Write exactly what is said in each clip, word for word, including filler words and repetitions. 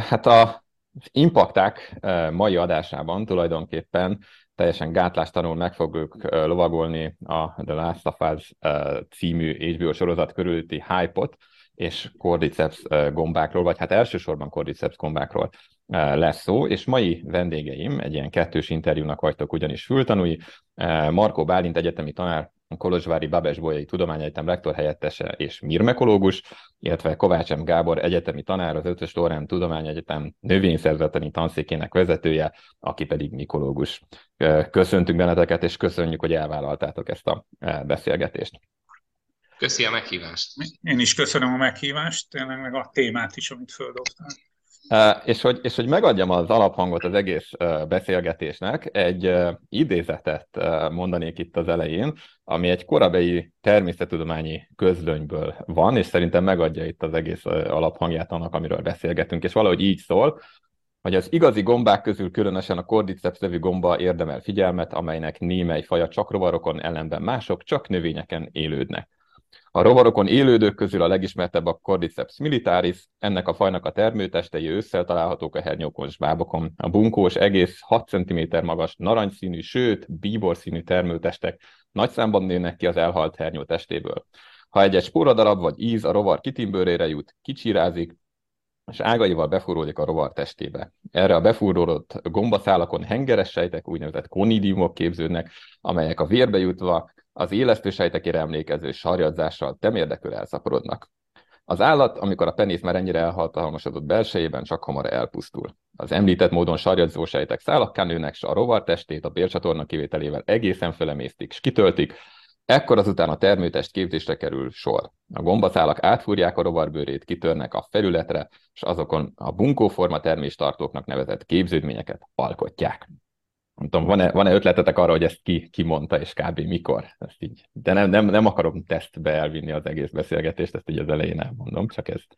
Hát a impakták eh, mai adásában tulajdonképpen teljesen gátlástalanul meg fogjuk eh, lovagolni a The Last of Us eh, című há bé o sorozat körülötti hype-ot, és cordyceps eh, gombákról, vagy hát elsősorban cordyceps gombákról eh, lesz szó, és mai vendégeim, egy ilyen kettős interjúnak vagytok ugyanis fültanúi, eh, Markó Bálint egyetemi tanár, a Kolozsvári Babes-Bolyai Tudományegyetem rektor helyettese és mirmekológus, illetve Kovács M. Gábor egyetemi tanár, az Eötvös Loránd Tudományegyetem növényszerzetani tanszékének vezetője, aki pedig mikológus. Köszöntünk benneteket, és köszönjük, hogy elvállaltátok ezt a beszélgetést. Köszi a meghívást. Én is köszönöm a meghívást, tényleg meg a témát is, amit földobtál. Uh, és, hogy, és hogy megadjam az alaphangot az egész uh, beszélgetésnek, egy uh, idézetet uh, mondanék itt az elején, ami egy korabeli természettudományi közlönyből van, és szerintem megadja itt az egész uh, alaphangját annak, amiről beszélgetünk, és valahogy így szól, hogy az igazi gombák közül különösen a cordyceps nevű gomba érdemel figyelmet, amelynek némely faja csak rovarokon, ellenben mások csak növényeken élődnek. A rovarokon élődők közül a legismertebb a Cordyceps militaris, ennek a fajnak a termőtestei ősszel találhatók a hernyókon és bábokon. A bunkós, egész hat centiméter magas, narancsszínű, sőt, bíborszínű termőtestek nagy számban nőnek ki az elhalt hernyó testéből. Ha egy-egy spóradarab vagy íz a rovar kitimbőrére jut, kicsirázik, és ágaival befúródik a rovar testébe. Erre a befúródott gombaszálakon hengeres sejtek, úgynevezett konidiumok képződnek, amelyek a vérbe jutva az élesztő sejtekére emlékező sarjadzással temérdekül elszaporodnak. Az állat, amikor a penész már ennyire elhatalmasodott belsejében, csak hamar elpusztul. Az említett módon sarjadzó sejtek szálakká nőnek, s a rovar testét a bélcsatorna kivételével egészen fölemésztik, s kitöltik, ekkor azután a termőtest képzésre kerül sor. A gombaszálak átfúrják a rovarbőrét, kitörnek a felületre, és azokon a bunkóforma terméstartóknak nevezett képződményeket alkotják. Nem tudom, van-e, van-e ötletetek arra, hogy ezt ki, ki mondta, és kb. Mikor? Ezt így. De nem, nem, nem akarom tesztbe elvinni az egész beszélgetést, ezt így az elején elmondom, csak ezt.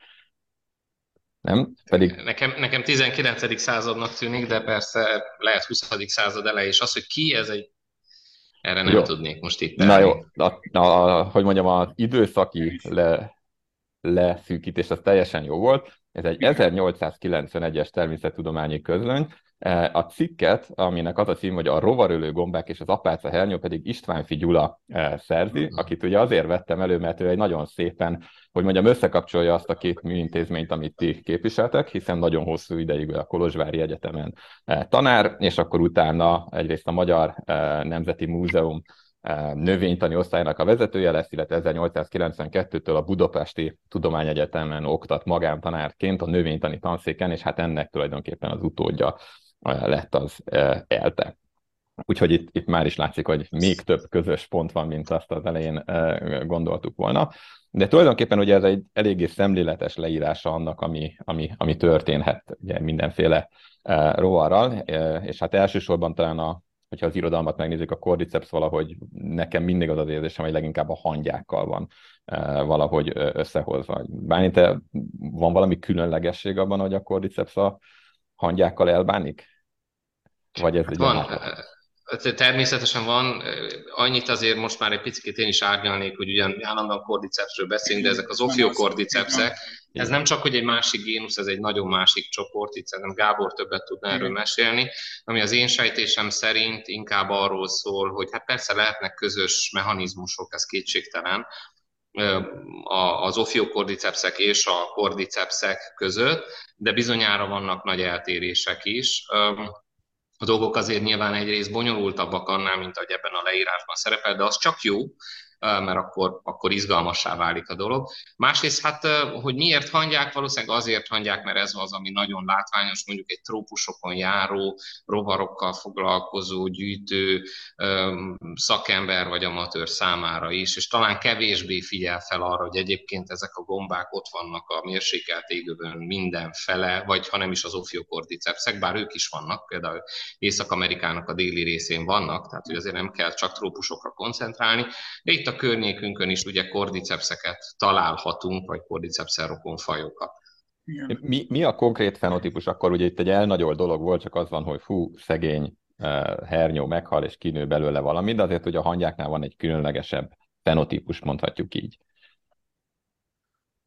Nem? Pedig... Nekem, nekem tizenkilencedik századnak tűnik, de persze lehet huszadik század eleje, és az, hogy ki, ez egy, erre nem Jó. tudnék most Na jó, tippelni. a, a, hogy mondjam, az időszaki le, leszűkítés az teljesen jó volt. Ez egy ezernyolcszázkilencvenegyes természettudományi közlöny. A cikket, aminek az a cím, hogy a rovarölő gombák és az apáca hernyó, pedig Istvánffy Gyula szerzi, akit ugye azért vettem elő, mert ő egy nagyon szépen, hogy mondjam, összekapcsolja azt a két műintézményt, amit ti képviseltek, hiszen nagyon hosszú ideig a Kolozsvári Egyetemen tanár, és akkor utána egyrészt a Magyar Nemzeti Múzeum növénytani osztálynak a vezetője lesz, illetve ezernyolcszázkilencvenkettőtől a Budapesti Tudományegyetemen oktat magántanárként a növénytani tanszéken, és hát ennek tulajdonképpen az utódja lett az ELTE. Úgyhogy itt, itt már is látszik, hogy még több közös pont van, mint azt az elején gondoltuk volna. De tulajdonképpen ugye ez egy eléggé szemléletes leírása annak, ami, ami, ami történhet ugye mindenféle rovarral, és hát elsősorban talán a hogyha az irodalmat megnézzük, a cordyceps valahogy nekem mindig az az érzésem, hogy leginkább a hangyákkal van valahogy összehozva. Bálint, van valami különlegesség abban, hogy a cordyceps a hangyákkal elbánik? Vagy ez Hát egy olyan van, átlag? természetesen van, annyit azért most már egy picit én is árnyalnék, hogy ugyan állandóan cordycepsről beszélünk, de ezek az Nem az, így van. ophiocordycepsek, ez nem csak hogy egy másik génusz, ez egy nagyon másik csoport, itt szerintem Gábor többet tudna erről Igen. mesélni, ami az én sejtésem szerint inkább arról szól, hogy hát persze lehetnek közös mechanizmusok, ez kétségtelen, az ophiocordycepsek és a cordycepsek között, de bizonyára vannak nagy eltérések is. A dolgok azért nyilván egyrészt bonyolultabbak annál, mint ahogy ebben a leírásban szerepel, de az csak jó, mert akkor, akkor izgalmassá válik a dolog. Másrészt hát, hogy miért hangyák, valószínűleg azért hangyák, mert ez az, ami nagyon látványos, mondjuk egy trópusokon járó, rovarokkal foglalkozó, gyűjtő szakember vagy amatőr számára is, és talán kevésbé figyel fel arra, hogy egyébként ezek a gombák ott vannak a mérsékelt égövön mindenfele, vagy ha nem is az ophiocordycepsek, bár ők is vannak, például Észak-Amerikának a déli részén vannak, tehát hogy azért nem kell csak trópusokra koncentrálni, de itt a környékünkön is ugye cordycepseket találhatunk, vagy cordycepsel rokon fajokat. Igen. Mi, mi a konkrét fenotípus? Akkor ugye itt egy elnagyolt dolog volt, csak az van, hogy fú, szegény uh, hernyó meghal, és kinő belőle valami, de azért ugye a hangyáknál van egy különlegesebb fenotípus, mondhatjuk így.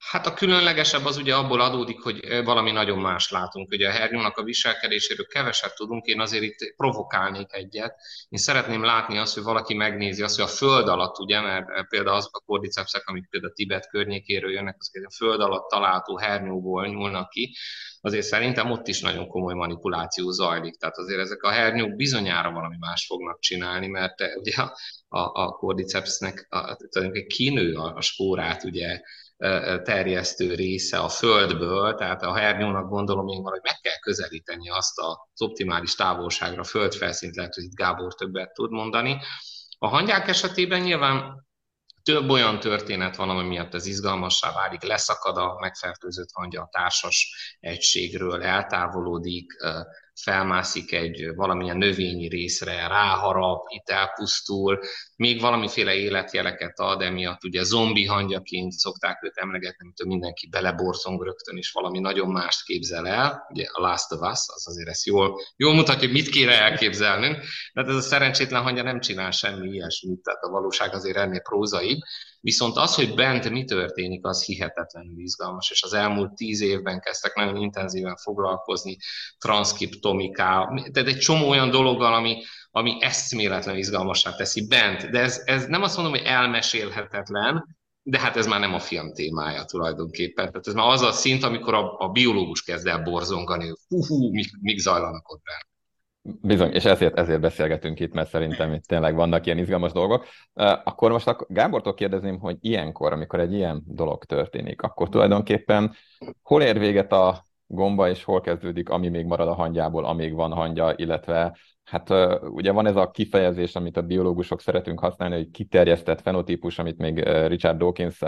Hát a különlegesebb az ugye abból adódik, hogy valami nagyon más látunk. Ugye a hernyónak a viselkedéséről keveset tudunk, én azért itt provokálnék egyet. Én szeretném látni azt, hogy valaki megnézi azt, hogy a föld alatt, ugye, mert például azok a kordycepsek, amik például Tibet környékéről jönnek, azok a föld alatt található hernyóból nyúlnak ki, azért szerintem ott is nagyon komoly manipuláció zajlik. Tehát azért ezek a hernyók bizonyára valami más fognak csinálni, mert ugye a, a, a kordycepsnek a, tulajdonképpen kinő a, a spórát, ugye, terjesztő része a földből, tehát a hernyónak gondolom én valahogy meg kell közelíteni azt az optimális távolságra, földfelszínt, lehet, hogy itt Gábor többet tud mondani. A hangyák esetében nyilván több olyan történet van, ami miatt ez izgalmassá válik, leszakad a megfertőzött hangya a társas egységről, eltávolodik, felmászik egy valamilyen növényi részre, ráharap, itt elpusztul, még valamiféle életjeleket ad, emiatt ugye zombi hangyaként szokták őt emlegetni, amitől mindenki beleborzong rögtön, és valami nagyon mást képzel el. Ugye a Last of Us, az azért ezt jól, jól mutatja, hogy mit kéne elképzelnünk, de ez a szerencsétlen hangya nem csinál semmi ilyesmit, tehát a valóság azért ennél prózaibb. Viszont az, hogy bent mi történik, az hihetetlenül izgalmas, és az elmúlt tíz évben kezdtek nagyon intenzíven foglalkozni transzkriptomiká, tehát egy csomó olyan dologgal, ami, ami eszméletlen izgalmassá teszi bent. De ez, ez nem azt mondom, hogy elmesélhetetlen, de hát ez már nem a film témája tulajdonképpen. Tehát ez már az a szint, amikor a, a biológus kezd el borzongani, hogy hú, hú, mik, mik zajlanak ott bent. Bizony, és ezért, ezért beszélgetünk itt, mert szerintem itt tényleg vannak ilyen izgalmas dolgok. Akkor most akkor Gábortól kérdezném, hogy ilyenkor, amikor egy ilyen dolog történik, akkor tulajdonképpen hol ér véget a gomba, és hol kezdődik, ami még marad a hangyából, amíg van hangya, illetve hát ugye van ez a kifejezés, amit a biológusok szeretünk használni, hogy kiterjesztett fenotípus, amit még Richard Dawkins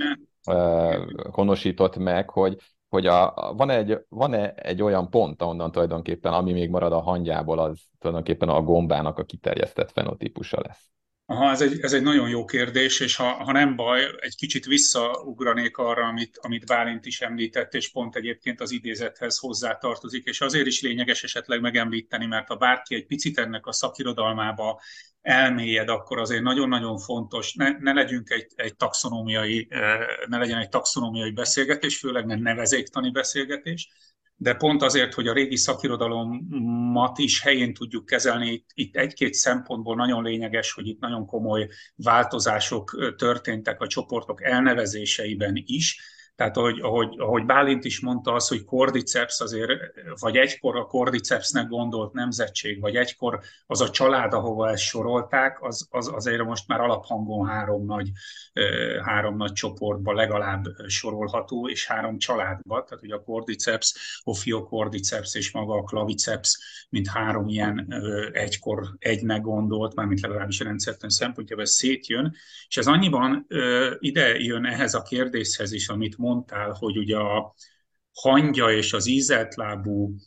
honosított meg, hogy hogy a, van, egy, van egy olyan pont, ahonnan tulajdonképpen, ami még marad a hangyából, az tulajdonképpen a gombának a kiterjesztett fenotípusa lesz. Aha, ez egy, ez egy nagyon jó kérdés, és ha, ha nem baj, egy kicsit visszaugranék arra, amit, amit Bálint is említett, és pont egyébként az idézethez hozzátartozik, és azért is lényeges esetleg megemlíteni, mert ha bárki egy picit ennek a szakirodalmába elmélyed, akkor azért nagyon-nagyon fontos, ne, ne legyünk egy, egy taxonómiai, ne legyen egy taxonómiai beszélgetés, főleg nem nevezéktani beszélgetés, de pont azért, hogy a régi szakirodalomat is helyén tudjuk kezelni, itt, itt egy-két szempontból nagyon lényeges, hogy itt nagyon komoly változások történtek a csoportok elnevezéseiben is. Tehát ahogy, ahogy, ahogy Bálint is mondta, az, hogy kordyceps azért, vagy egykor a kordycepsnek gondolt nemzetség, vagy egykor az a család, ahova ezt sorolták, az, az azért most már alaphangon három nagy, három nagy csoportba legalább sorolható, és három családba. Tehát ugye a kordyceps, ophiocordyceps és maga a claviceps, mint három ilyen egykor egynek gondolt, mármint legalábbis a rendszertan szempontjából szétjön. És ez annyiban ide jön ehhez a kérdéshez is, amit mondtál, hogy ugye a hangya és az ízeltlábú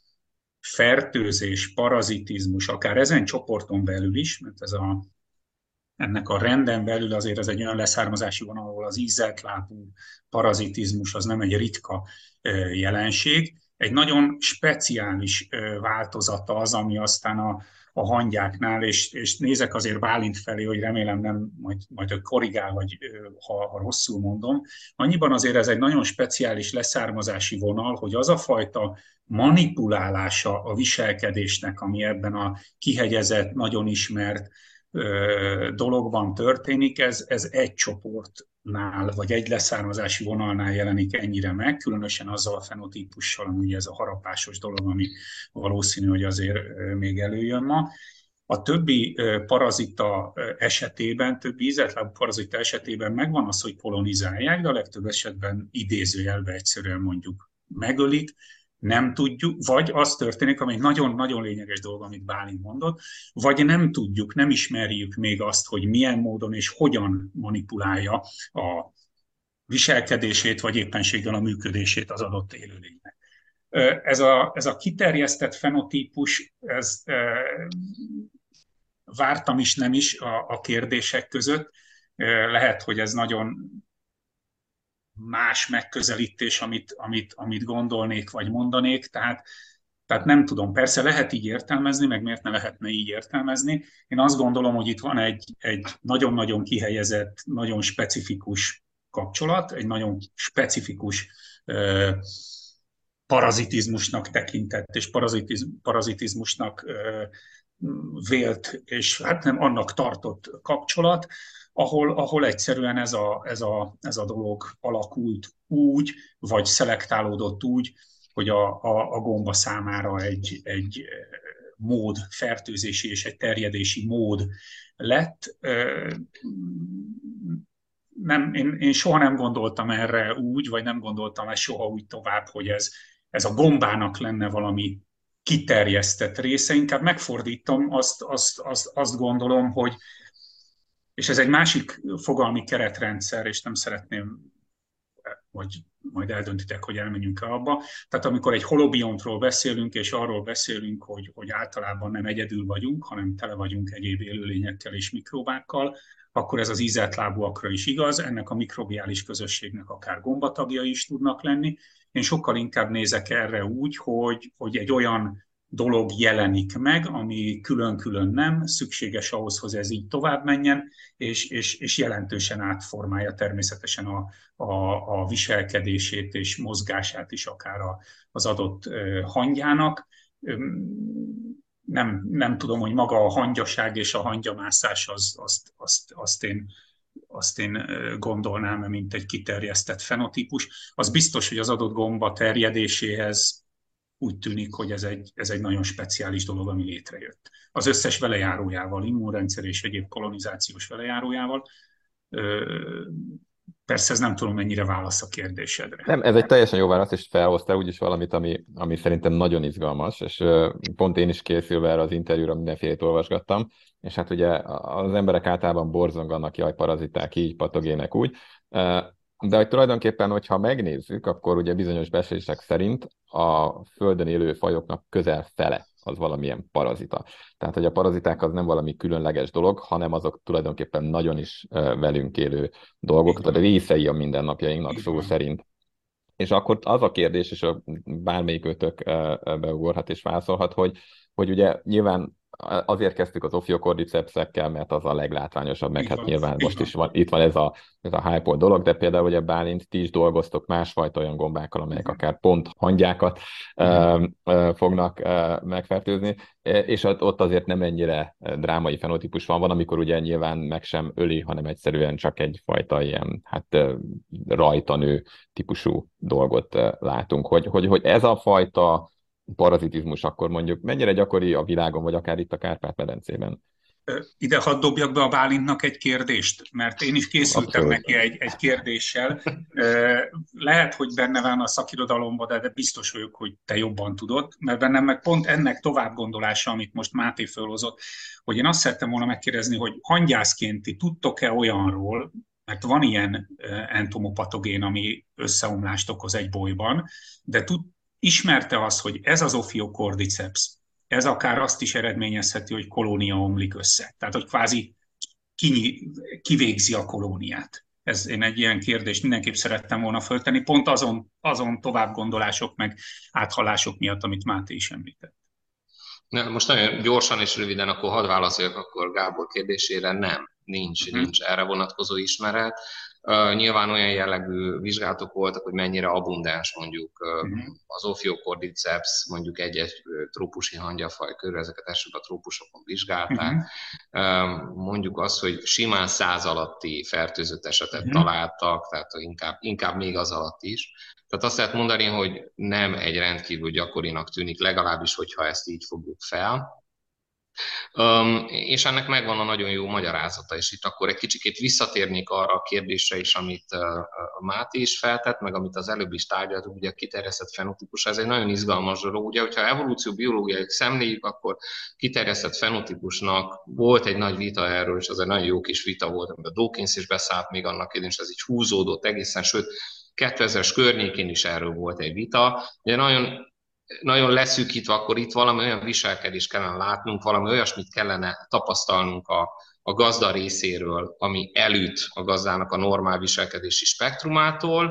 fertőzés, parazitizmus, akár ezen csoporton belül is, mert ez a, ennek a renden belül azért ez egy olyan leszármazási vonal, ahol az ízeltlábú parazitizmus az nem egy ritka jelenség. Egy nagyon speciális változata az, ami aztán a a hangyáknál, és, és nézek azért Bálint felé, hogy remélem nem majd, majd korrigál, vagy ha, ha rosszul mondom. Annyiban azért ez egy nagyon speciális leszármazási vonal, hogy az a fajta manipulálása a viselkedésnek, ami ebben a kihegyezett, nagyon ismert ö, dologban történik, ez, ez egy csoportnál, vagy egy leszármazási vonalnál jelenik ennyire meg, különösen azzal a fenotípussal, ami ez a harapásos dolog, ami valószínű, hogy azért még előjön ma. A többi parazita esetében, többi ízeltlábú parazita esetében megvan az, hogy kolonizálják, de a legtöbb esetben idézőjelben egyszerűen mondjuk megölik, nem tudjuk, vagy az történik, ami nagyon-nagyon lényeges dolog, amit Bálint mondott, vagy nem tudjuk, nem ismerjük még azt, hogy milyen módon és hogyan manipulálja a viselkedését, vagy éppenséggel a működését az adott élőlénynek. Ez a, ez a kiterjesztett fenotípus, ez e, vártam is, nem is a, a kérdések között. E, lehet, hogy ez nagyon más megközelítés, amit, amit, amit gondolnék, vagy mondanék, tehát, tehát nem tudom, persze lehet így értelmezni, meg miért ne lehetne így értelmezni. Én azt gondolom, hogy itt van egy, egy nagyon-nagyon kihelyezett, nagyon specifikus kapcsolat, egy nagyon specifikus parazitizmusnak tekintett, és parazitiz, parazitizmusnak vélt, és hát nem annak tartott kapcsolat, ahol, ahol egyszerűen ez a, ez, a, ez a dolog alakult úgy, vagy szelektálódott úgy, hogy a, a, a gomba számára egy, egy mód, fertőzési és egy terjedési mód lett. Nem, én, én soha nem gondoltam erre úgy, vagy nem gondoltam ezt soha úgy tovább, hogy ez, ez a gombának lenne valami kiterjesztett része. Inkább megfordítom, azt, azt, azt, azt gondolom, hogy, és ez egy másik fogalmi keretrendszer, és nem szeretném, hogy majd eldöntitek, hogy elmenjünk-e abba. Tehát amikor egy holobiontról beszélünk, és arról beszélünk, hogy, hogy általában nem egyedül vagyunk, hanem tele vagyunk egyéb élőlényekkel és mikróbákkal, akkor ez az ízeltlábúakra is igaz, ennek a mikrobiális közösségnek akár gombatagjai is tudnak lenni. Én sokkal inkább nézek erre úgy, hogy, hogy egy olyan dolog jelenik meg, ami külön-külön nem, szükséges ahhoz, hogy ez így tovább menjen, és, és, és jelentősen átformálja természetesen a, a, a viselkedését és mozgását is akár a, az adott hangyának. Nem, nem tudom, hogy maga a hangyaság és a hangyamászás az, azt, azt, azt, én, azt én gondolnám, mint egy kiterjesztett fenotípus. Az biztos, hogy az adott gomba terjedéséhez úgy tűnik, hogy ez egy, ez egy nagyon speciális dolog, ami létrejött. Az összes velejárójával, immunrendszer és egyéb kolonizációs velejárójával. Persze ez nem tudom, mennyire válasz a kérdésedre. Nem, ez egy teljesen jó válasz, és felhoztál úgyis valamit, ami, ami szerintem nagyon izgalmas, és pont én is készülve erre az interjúra mindenfélét olvasgattam, és hát ugye az emberek általában borzonganak, jaj, paraziták így, patogének úgy, de hogy tulajdonképpen, hogyha megnézzük, akkor ugye bizonyos becslések szerint a Földön élő fajoknak közel fele az valamilyen parazita. Tehát, hogy a paraziták az nem valami különleges dolog, hanem azok tulajdonképpen nagyon is velünk élő dolgok, tehát a részei a mindennapjainknak szó szerint. És akkor az a kérdés, és a bármelyik ötök beugorhat és válaszolhat, hogy, hogy ugye nyilván azért kezdtük az Ophiocordycepsekkel, mert az a leglátványosabb, meg hát nyilván most is van, itt van ez a, ez a hype dolog, de például ugye Bálint, ti is dolgoztok másfajta olyan gombákkal, amelyek akár pont hangyákat uh, uh, fognak uh, megfertőzni, és ott azért nem ennyire drámai fenotípus van, van, amikor ugye nyilván meg sem öli, hanem egyszerűen csak egyfajta ilyen hát uh, rajtanő típusú dolgot uh, látunk, hogy, hogy, hogy ez a fajta parazitizmus akkor mondjuk mennyire gyakori a világon, vagy akár itt a Kárpát-medencében? Ide hadd dobjak be a Bálintnak egy kérdést, mert én is készültem Abszolút. neki egy, egy kérdéssel. Lehet, hogy benne van a szakirodalomban, de biztos vagyok, hogy te jobban tudod, mert bennem meg pont ennek továbbgondolása, amit most Máté fölhozott, hogy én azt szerettem volna megkérdezni, hogy hangyászként ti tudtok-e olyanról, mert van ilyen entomopatogén, ami összeomlást okoz egy bolyban, de tud, ismerte az, hogy ez az Ophiocordyceps, ez akár azt is eredményezheti, hogy kolónia omlik össze. Tehát, hogy kvázi kivégzi a kolóniát. Ez én egy ilyen kérdést mindenképp szerettem volna föltenni, pont azon, azon továbbgondolások meg áthallások miatt, amit Máté is említett. Na, most nagyon gyorsan és röviden akkor hadd válaszoljak akkor Gábor kérdésére. Nem, nincs, uh-huh. nincs erre vonatkozó ismeret. Uh, nyilván olyan jellegű vizsgálatok voltak, hogy mennyire abundáns mondjuk uh, uh-huh. az Ophiocordyceps, mondjuk egy-egy trópusi hangyafaj körül, ezeket elsőbb a trópusokon vizsgálták. Uh-huh. Uh, mondjuk azt, hogy simán száz alatti fertőzött esetet uh-huh. találtak, tehát inkább, inkább még az alatt is. Tehát azt lehet mondani, hogy nem egy rendkívül gyakorinak tűnik, legalábbis, hogyha ezt így fogjuk fel. Um, és ennek megvan a nagyon jó magyarázata, és itt akkor egy kicsikét visszatérnék arra a kérdésre is, amit uh, Máté is feltett, meg amit az előbb is tárgyaltunk, ugye a kiterjesztett fenotípus, ez egy nagyon izgalmas dolog. Ugye, hogyha evolúció biológiai szemléljük, akkor kiterjesztett fenotípusnak volt egy nagy vita erről, és az egy nagyon jó kis vita volt, amit a Dawkins is beszállt még annak idején, és ez így húzódott egészen, sőt, kétezres környékén is erről volt egy vita. Ugye nagyon nagyon leszűkítve, akkor itt valami olyan viselkedést kellene látnunk, valami olyasmit kellene tapasztalnunk a, a gazda részéről, ami elüt a gazdának a normál viselkedési spektrumától,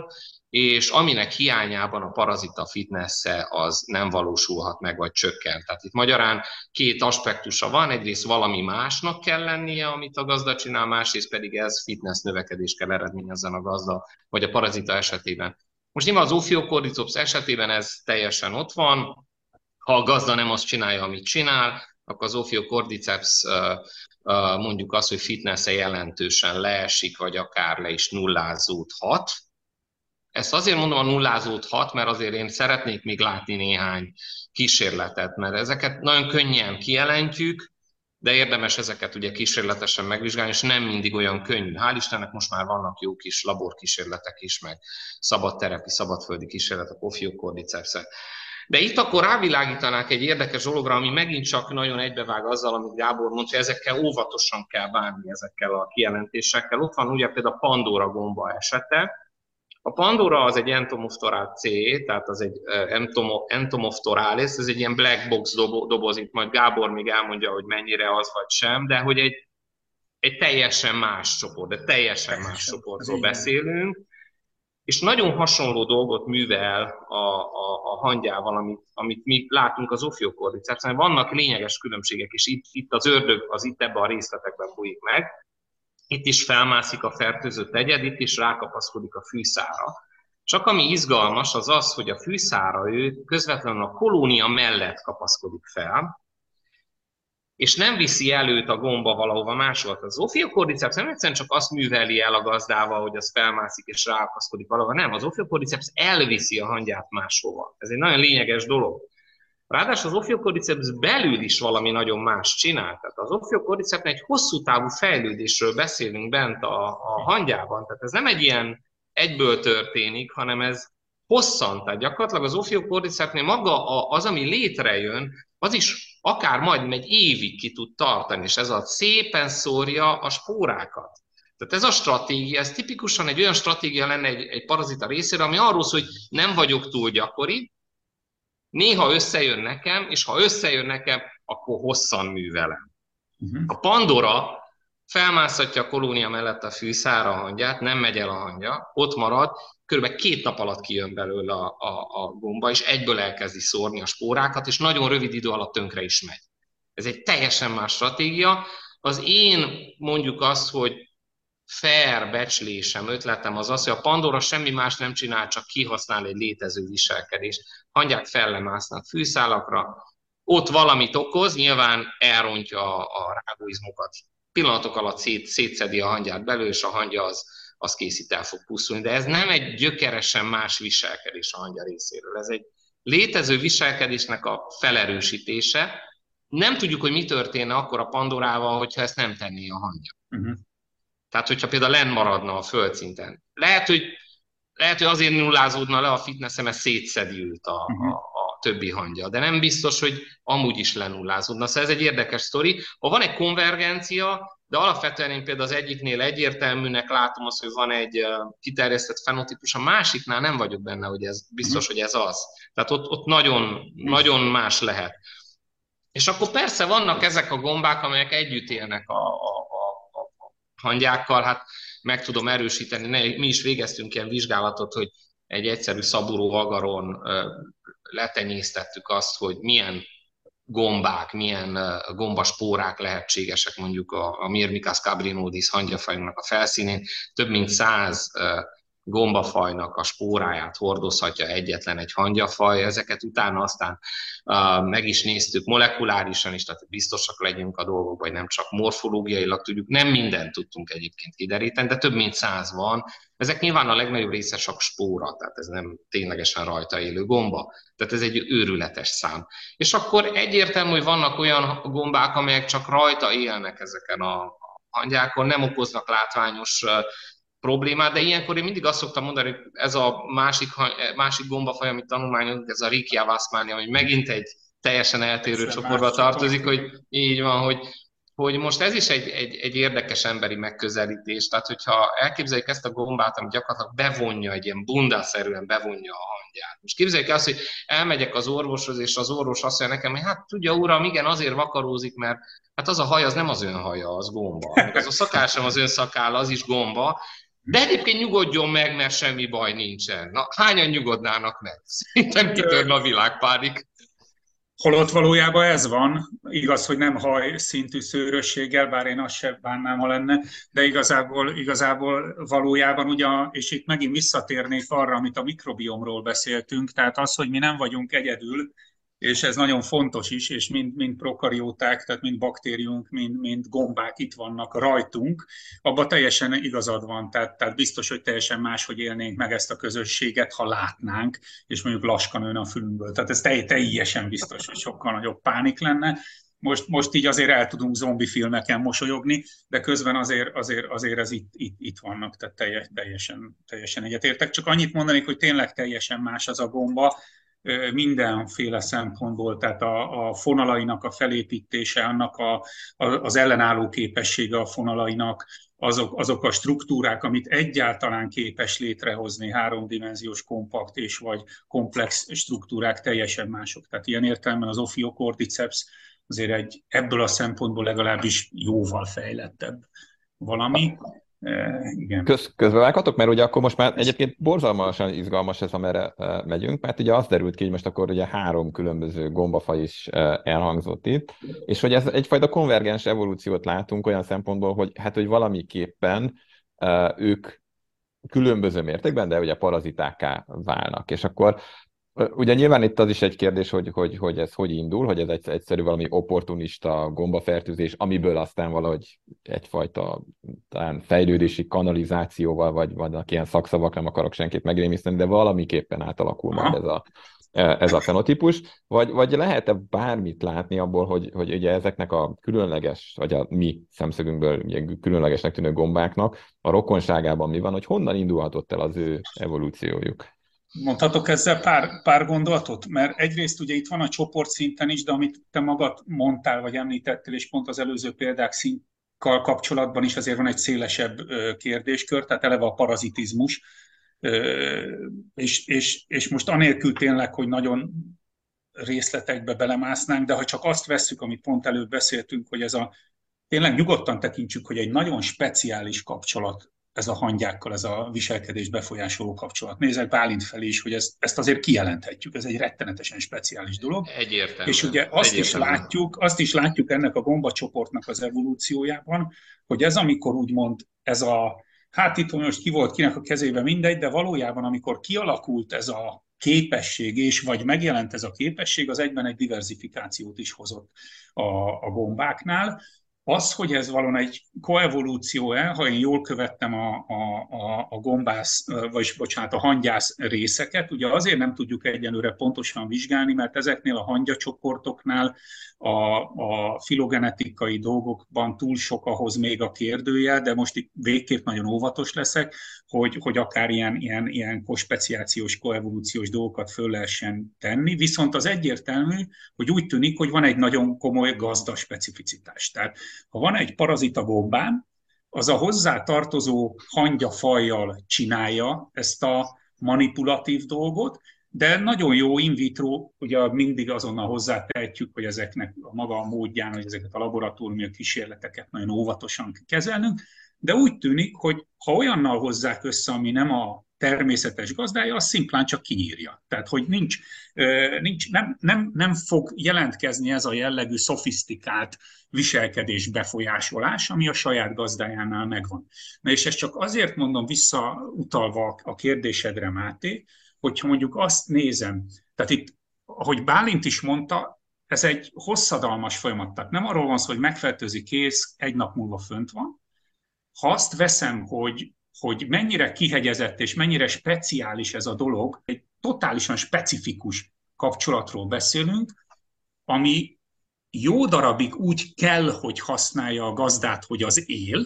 és aminek hiányában a parazita fitness-e az nem valósulhat meg, vagy csökken. Tehát itt magyarán két aspektusa van, egyrészt valami másnak kell lennie, amit a gazda csinál, másrészt pedig ez fitness növekedés kell eredményezzen a gazda, vagy a parazita esetében. Most nyilván az Ophiocordyceps esetében ez teljesen ott van, ha a gazda nem azt csinálja, amit csinál, akkor az Ophiocordyceps mondjuk azt, hogy fitness-e jelentősen leesik, vagy akár le is nullázódhat. Ezt azért mondom, a nullázódhat, mert azért én szeretnék még látni néhány kísérletet, mert ezeket nagyon könnyen kijelentjük, de érdemes ezeket ugye kísérletesen megvizsgálni, és nem mindig olyan könnyű. Hál' Istennek most már vannak jó kis laborkísérletek is, meg szabadterepi, szabadföldi kísérletek Ophiocordyceps-e. De itt akkor rávilágítanák egy érdekes dologra, ami megint csak nagyon egybevág azzal, amit Gábor mondta, hogy ezekkel óvatosan kell bánni, ezekkel a kijelentésekkel. Ott van ugye például a Pandora gomba esete. A Pandora az egy Entomophthalate C E, tehát az egy Entomophthalate, ez egy ilyen black box doboz, itt majd Gábor még elmondja, hogy mennyire az vagy sem, de hogy egy, egy teljesen más csoport, de teljesen, teljesen más csoportról beszélünk. És nagyon hasonló dolgot művel a, a, a hangyával, amit, amit mi látunk az Ophiocordycepsen. Vannak lényeges különbségek, és itt, itt az ördög az itt ebben a részletekben bújik meg. Itt is felmászik a fertőzött egyed, itt is rákapaszkodik a fűszára. Csak ami izgalmas, az az, hogy a fűszára ő közvetlenül a kolónia mellett kapaszkodik fel, és nem viszi előtt a gomba valahova máshol. Az Ophiocordyceps nem egyszerűen csak azt műveli el a gazdával, hogy az felmászik és rákapaszkodik valahova, nem, az Ophiocordyceps elviszi a hangyát máshova. Ez egy nagyon lényeges dolog. Ráadásul az Ophiocordyceps belül is valami nagyon más csinál. Tehát az Ophiocordycepsnél egy hosszú távú fejlődésről beszélünk bent a, a hangyában. Tehát ez nem egy ilyen egyből történik, hanem ez hosszan. Tehát gyakorlatilag az Ophiocordycepsnél maga az, ami létrejön, az is akár majdnem egy évig ki tud tartani, és ez a szépen szórja a spórákat. Tehát ez a stratégia, ez tipikusan egy olyan stratégia lenne egy, egy parazita részéről, ami arról szól, hogy nem vagyok túl gyakori, néha összejön nekem, és ha összejön nekem, akkor hosszan művelem. Uh-huh. A Pandora felmászhatja a kolónia mellett a fűszára a hangyát, nem megy el a hangya, ott marad, körülbelül két nap alatt kijön belőle a, a, a gomba, és egyből elkezdi szórni a spórákat, és nagyon rövid idő alatt tönkre is megy. Ez egy teljesen más stratégia. Az én mondjuk az, hogy fair becslésem, ötletem az az, hogy a Pandora semmi más nem csinál, csak kihasznál egy létező viselkedést. Hangyák fellemásznak fűszálakra, ott valamit okoz, nyilván elrontja a rágóizmokat. Pillanatok alatt szét, szétszedi a hangyát belőle, és a hangya az, az készít el fog pusztulni. De ez nem egy gyökeresen más viselkedés a hangya részéről. Ez egy létező viselkedésnek a felerősítése. Nem tudjuk, hogy mi történne akkor a Pandorával, hogyha ezt nem tenné a hangya. Uh-huh. Tehát, hogyha például lenn maradna a földszinten. Lehet, hogy, lehet, hogy azért nullázódna le a fitness-e, mert szétszedi őt a, a, a többi hangya. De nem biztos, hogy amúgy is lenullázódna. Szóval ez egy érdekes sztori. Ha van egy konvergencia, de alapvetően én például az egyiknél egyértelműnek látom azt, hogy van egy kiterjesztett fenotípus, a másiknál nem vagyok benne, hogy ez biztos, hogy ez az. Tehát ott, ott nagyon, nagyon más lehet. És akkor persze vannak ezek a gombák, amelyek együtt élnek a, a hangyákkal, hát meg tudom erősíteni. Mi is végeztünk ilyen vizsgálatot, hogy egy egyszerű szaburó agaron letenyésztettük azt, hogy milyen gombák, milyen gombaspórák lehetségesek mondjuk a, a Myrmicas cabrinodis hangyafajnak a felszínén. Több mint száz gombafajnak a spóráját hordozhatja egyetlen egy hangyafaj. Ezeket utána aztán uh, meg is néztük molekulárisan is, tehát biztosak legyünk a dolgok, vagy nem csak morfológiailag tudjuk. Nem mindent tudtunk egyébként kideríteni, de több mint száz van. Ezek nyilván a legnagyobb része csak spóra, tehát ez nem ténylegesen rajta élő gomba. Tehát ez egy őrületes szám. És akkor egyértelmű, hogy vannak olyan gombák, amelyek csak rajta élnek ezeken a hangyákon, nem okoznak látványos uh, problémát, de ilyenkor én mindig azt szoktam mondani, hogy ez a másik, másik gombafaj, amit tanulmányozunk, ez a Riccia wasmania, hogy megint egy teljesen eltérő csoportba tartozik, hogy így van, hogy, hogy most ez is egy, egy, egy érdekes emberi megközelítés, tehát hogyha elképzeljük ezt a gombát, ami gyakorlatilag bevonja, egy ilyen bundászerűen bevonja a hangyát. Most képzeljük azt, hogy elmegyek az orvoshoz, és az orvos azt mondja nekem, hogy hát tudja uram, igen, azért vakarózik, mert hát az a haj, az nem az ön haja, az gomba. Az a szakál sem az ön szakáll, az is gomba. De egyébként nyugodjon meg, mert semmi baj nincsen. Na, hányan nyugodnának meg? Szerintem kitörne a világpánik. Holott valójában ez van, igaz, hogy nem haj szintű szőrösséggel, bár én azt sem bánnám, ha lenne, de igazából, igazából valójában ugye, és itt megint visszatérnék arra, amit a mikrobiomról beszéltünk, tehát az, hogy mi nem vagyunk egyedül, és ez nagyon fontos is, és mind, mind prokarióták, tehát mind baktériumok, mind, mind gombák itt vannak rajtunk, abban teljesen igazad van, tehát, tehát biztos, hogy teljesen máshogy élnénk meg ezt a közösséget, ha látnánk, és mondjuk laskan ön a fülünkből. Tehát ez teljesen biztos, hogy sokkal nagyobb pánik lenne. Most, most így azért el tudunk zombi filmeken mosolyogni, de közben azért, azért, azért ez itt, itt, itt vannak, tehát teljes, teljesen, teljesen egyetértek. Csak annyit mondanék, hogy tényleg teljesen más az a gomba, mindenféle szempontból, tehát a, a fonalainak a felépítése, annak a, a, az ellenálló képessége a fonalainak, azok, azok a struktúrák, amit egyáltalán képes létrehozni, háromdimenziós kompakt és vagy komplex struktúrák teljesen mások. Tehát ilyen értelemben az ophiocordyceps azért egy, ebből a szempontból legalábbis jóval fejlettebb valami. E, igen. Köz, közbevághatok, mert ugye akkor most már egyébként borzalmasan izgalmas ez, amerre uh, megyünk, mert ugye az derült ki, hogy most akkor ugye három különböző gombafaj is uh, elhangzott itt, és hogy ez egyfajta konvergens evolúciót látunk olyan szempontból, hogy hát, hogy valamiképpen uh, ők különböző mértékben, de ugye parazitákká válnak, és akkor ugye nyilván itt az is egy kérdés, hogy, hogy, hogy ez hogy indul, hogy ez egy, egyszerű valami opportunista gombafertőzés, amiből aztán valahogy egyfajta talán fejlődési kanalizációval, vagy vannak ilyen szakszavak, nem akarok senkit megrémiszteni, de valamiképpen átalakul majd ez a, ez a fenotípus, vagy, vagy lehet-e bármit látni abból, hogy, hogy ugye ezeknek a különleges, vagy a mi szemszögünkből ugye különlegesnek tűnő gombáknak a rokonságában mi van, hogy honnan indulhatott el az ő evolúciójuk? Mondhatok ezzel pár, pár gondolatot? Mert egyrészt ugye itt van a csoportszinten is, de amit te magad mondtál, vagy említettél, és pont az előző példák színkkal kapcsolatban is azért van egy szélesebb kérdéskör, tehát eleve a parazitizmus, és, és, és most anélkül tényleg, hogy nagyon részletekbe belemásznánk, de ha csak azt vesszük, amit pont előbb beszéltünk, hogy ez a tényleg nyugodtan tekintsük, hogy egy nagyon speciális kapcsolat ez a hangyákkal, ez a viselkedést befolyásoló kapcsolat. Nézek Bálint felé is, hogy ezt, ezt azért kijelenthetjük, ez egy rettenetesen speciális dolog. Egyértelműen. És ugye azt Egyértelműen. is látjuk, azt is látjuk ennek a gombacsoportnak az evolúciójában, hogy ez amikor úgymond ez a, hát itt most ki volt kinek a kezébe mindegy, de valójában amikor kialakult ez a képesség, és vagy megjelent ez a képesség, az egyben egy diversifikációt is hozott a, a gombáknál. Az, hogy ez valóban egy koevolúció-e, ha én jól követtem a, a, a, a gombász, vagy bocsánat, a hangyász részeket, ugye azért nem tudjuk egyenlőre pontosan vizsgálni, mert ezeknél a hangyacsoportoknál a, a filogenetikai dolgokban túl sok ahhoz még a kérdője, de most itt végképp nagyon óvatos leszek, hogy, hogy akár ilyen, ilyen, ilyen kospeciációs, koevolúciós dolgokat föl lehessen tenni, viszont az egyértelmű, hogy úgy tűnik, hogy van egy nagyon komoly gazda specificitás. Tehát ha van egy parazita gombám, az a hozzá tartozó hangyafajjal csinálja ezt a manipulatív dolgot, de nagyon jó in vitro, ugye mindig azonnal hozzátehetjük, hogy ezeknek a maga a módján, hogy ezeket a laboratóriumi kísérleteket nagyon óvatosan kezelnünk, de úgy tűnik, hogy ha olyannal hozzák össze, ami nem a természetes gazdája, az szimplán csak kinyírja. Tehát, hogy nincs, nincs nem, nem, nem fog jelentkezni ez a jellegű szofisztikált viselkedés befolyásolás, ami a saját gazdájánál megvan. Na és ezt csak azért mondom visszautalva a kérdésedre, Máté, hogyha mondjuk azt nézem, tehát itt, ahogy Bálint is mondta, ez egy hosszadalmas folyamat. Tehát nem arról van szó, hogy megfertőzi, kész, egy nap múlva fönt van. Ha azt veszem, hogy, hogy mennyire kihegyezett és mennyire speciális ez a dolog, egy totálisan specifikus kapcsolatról beszélünk, ami jó darabig úgy kell, hogy használja a gazdát, hogy az él,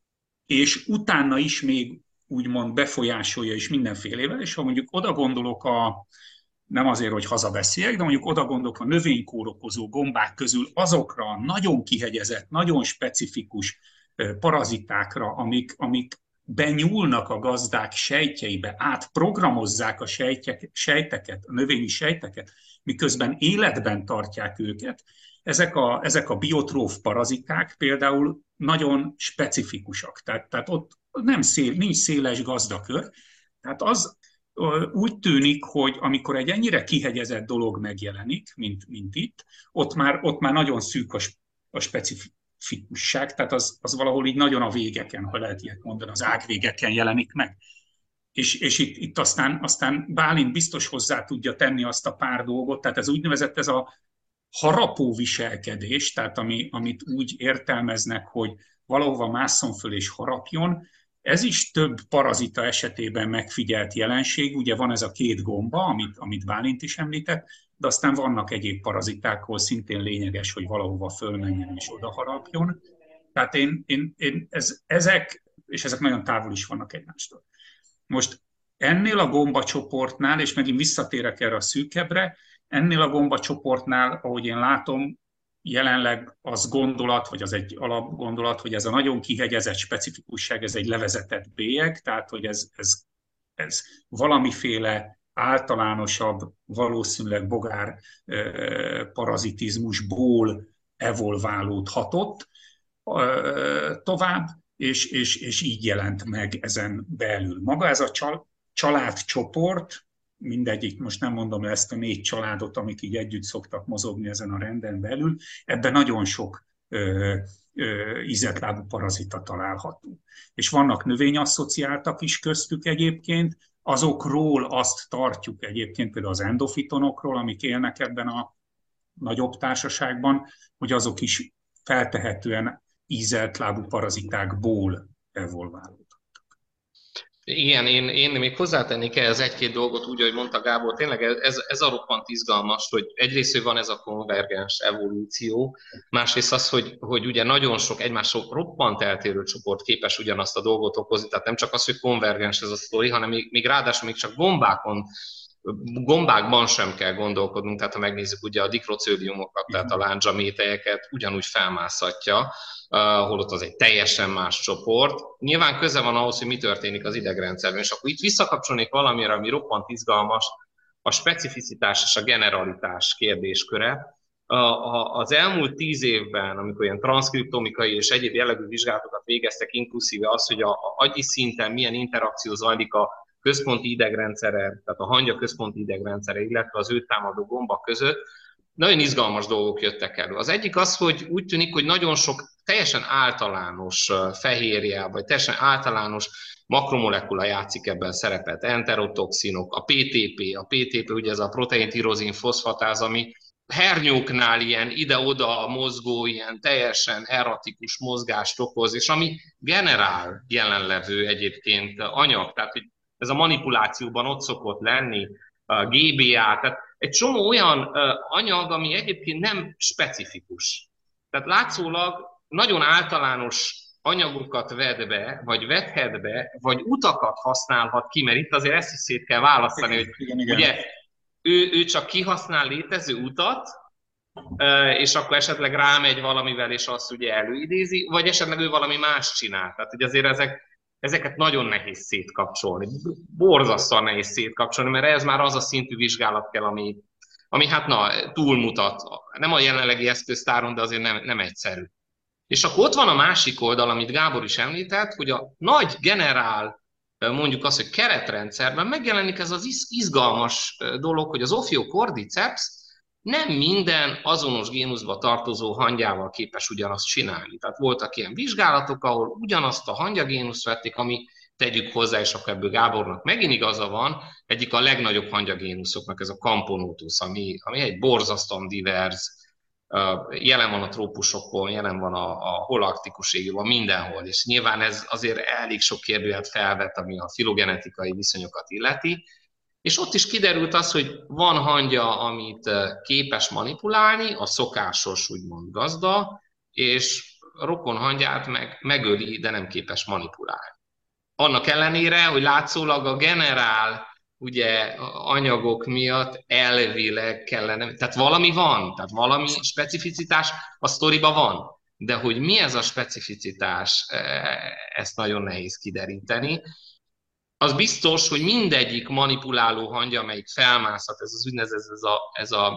és utána is még úgymond befolyásolja is mindenfélével, és ha mondjuk oda gondolok a, nem azért, hogy hazabeszéljek, de mondjuk oda gondolok a növénykórokozó gombák közül azokra nagyon kihegyezett, nagyon specifikus parazitákra, amik, amik benyúlnak a gazdák sejtjeibe, átprogramozzák a sejtjek, sejteket, a növényi sejteket, miközben életben tartják őket. Ezek a, ezek a biotróf paraziták például nagyon specifikusak. Tehát, tehát ott nem szél, nincs széles gazdakör. Tehát az úgy tűnik, hogy amikor egy ennyire kihegyezett dolog megjelenik, mint, mint itt, ott már, ott már nagyon szűk a, a specifikusság, tehát az, az valahol így nagyon a végeken, ha lehet ilyet mondani, az ágvégeken jelenik meg. És, és itt, itt aztán, aztán Bálint biztos hozzá tudja tenni azt a pár dolgot, tehát ez úgynevezett ez a harapó viselkedés, tehát ami, amit úgy értelmeznek, hogy valahova másszon föl és harapjon, ez is több parazita esetében megfigyelt jelenség, ugye van ez a két gomba, amit, amit Bálint is említett, de aztán vannak egyéb paraziták, ahol szintén lényeges, hogy valahova fölmenjen és oda harapjon. Tehát én, én, én ez, ezek, és ezek nagyon távol is vannak egymástól. Most ennél a gombacsoportnál, és megint visszatérek erre a szűkebbre, ennél a gombacsoportnál, ahogy én látom, jelenleg az gondolat, vagy az egy alapgondolat, hogy ez a nagyon kihegyezett specifikusság, ez egy levezetett bélyeg, tehát hogy ez, ez, ez valamiféle általánosabb, valószínűleg bogár parazitizmusból evolválódhatott tovább, és, és, és így jelent meg ezen belül. Maga ez a csal, családcsoport, mindegyik, most nem mondom ezt a négy családot, amik így együtt szoktak mozogni ezen a renden belül, ebben nagyon sok ö, ö, ízeltlábú parazita található. És vannak növényasszociáltak is köztük egyébként, azokról azt tartjuk egyébként, például az endofitonokról, amik élnek ebben a nagyobb társaságban, hogy azok is feltehetően ízeltlábú parazitákból evolválódnak. Igen, én, én még hozzátennék ehhez egy-két dolgot, úgy, ahogy mondta Gábor, tényleg ez, ez a roppant izgalmas, hogy egyrészt, hogy van ez a konvergens evolúció, másrészt az, hogy, hogy ugye nagyon sok egymásról roppant eltérő csoport képes ugyanazt a dolgot okozni, tehát nem csak az, hogy konvergens ez a sztori, hanem még, még ráadásul még csak gombákon, gombákban sem kell gondolkodnunk, tehát ha megnézzük ugye a dikrocődiumokat, tehát a láncsamételyeket ugyanúgy felmászhatja, Uh, holott az egy teljesen más csoport. Nyilván köze van ahhoz, hogy mi történik az idegrendszerben, és akkor itt visszakapcsolnék valamire, ami roppant izgalmas, a specificitás és a generalitás kérdésköre. Uh, a, az elmúlt tíz évben, amikor ilyen transzkriptomikai és egyéb jellegű vizsgálatokat végeztek, inkluszíve az, hogy a, a agyi szinten milyen interakció zajlik a központi idegrendszere, tehát a hangya központi idegrendszere, illetve az őt támadó gomba között, nagyon izgalmas dolgok jöttek elő. Az egyik az, hogy úgy tűnik, hogy nagyon sok teljesen általános fehérje, vagy teljesen általános makromolekula játszik ebben szerepet. Enterotoxinok, a pé té pé, a pé té pé ugye ez a protein-tirozin foszfatáz, ami hernyóknál ilyen ide-oda mozgó, ilyen teljesen erratikus mozgást okoz, és ami generál jelenlevő egyébként anyag, tehát hogy ez a manipulációban ott szokott lenni, a gé bé á, tehát egy csomó olyan uh, anyag, ami egyébként nem specifikus. Tehát látszólag nagyon általános anyagokat ved be, vagy vedhet be, vagy utakat használhat ki, mert itt azért ezt is szét kell választani, hogy igen, igen. Ugye ő, ő csak kihasznál létező utat, uh, és akkor esetleg rámegy valamivel, és azt ugye előidézi, vagy esetleg ő valami más csinál. Tehát ugye azért ezek Ezeket nagyon nehéz szétkapcsolni, borzasztóan nehéz szétkapcsolni, mert ez már az a szintű vizsgálat kell, ami, ami hát na, túlmutat. Nem a jelenlegi eszköztáron, de azért nem, nem egyszerű. És akkor ott van a másik oldal, amit Gábor is említett, hogy a nagy generál, mondjuk az, hogy keretrendszerben megjelenik ez az izgalmas dolog, hogy az Ophiocordyceps nem minden azonos génuszba tartozó hangyával képes ugyanazt csinálni. Tehát voltak ilyen vizsgálatok, ahol ugyanazt a hangyagénuszt vették, ami tegyük hozzá, és akkor ebből Gábornak megint igaza van, egyik a legnagyobb hangyagénuszoknak ez a Camponotus, ami, ami egy borzasztóan divers, jelen van a trópusokon, jelen van a, a holaktikus régióban, mindenhol, és nyilván ez azért elég sok kérdőjelt felvet, ami a filogenetikai viszonyokat illeti, és ott is kiderült az, hogy van hangya, amit képes manipulálni, a szokásos, úgymond gazda, és rokon hangyát meg, megöli, de nem képes manipulálni. Annak ellenére, hogy látszólag a generál ugye, anyagok miatt elvileg kellene, tehát valami van, tehát valami specificitás a sztoriban van, de hogy mi ez a specificitás, ezt nagyon nehéz kideríteni. Az biztos, hogy mindegyik manipuláló hangya, amelyik felmászhat, ez az úgynevezett ez a, ez a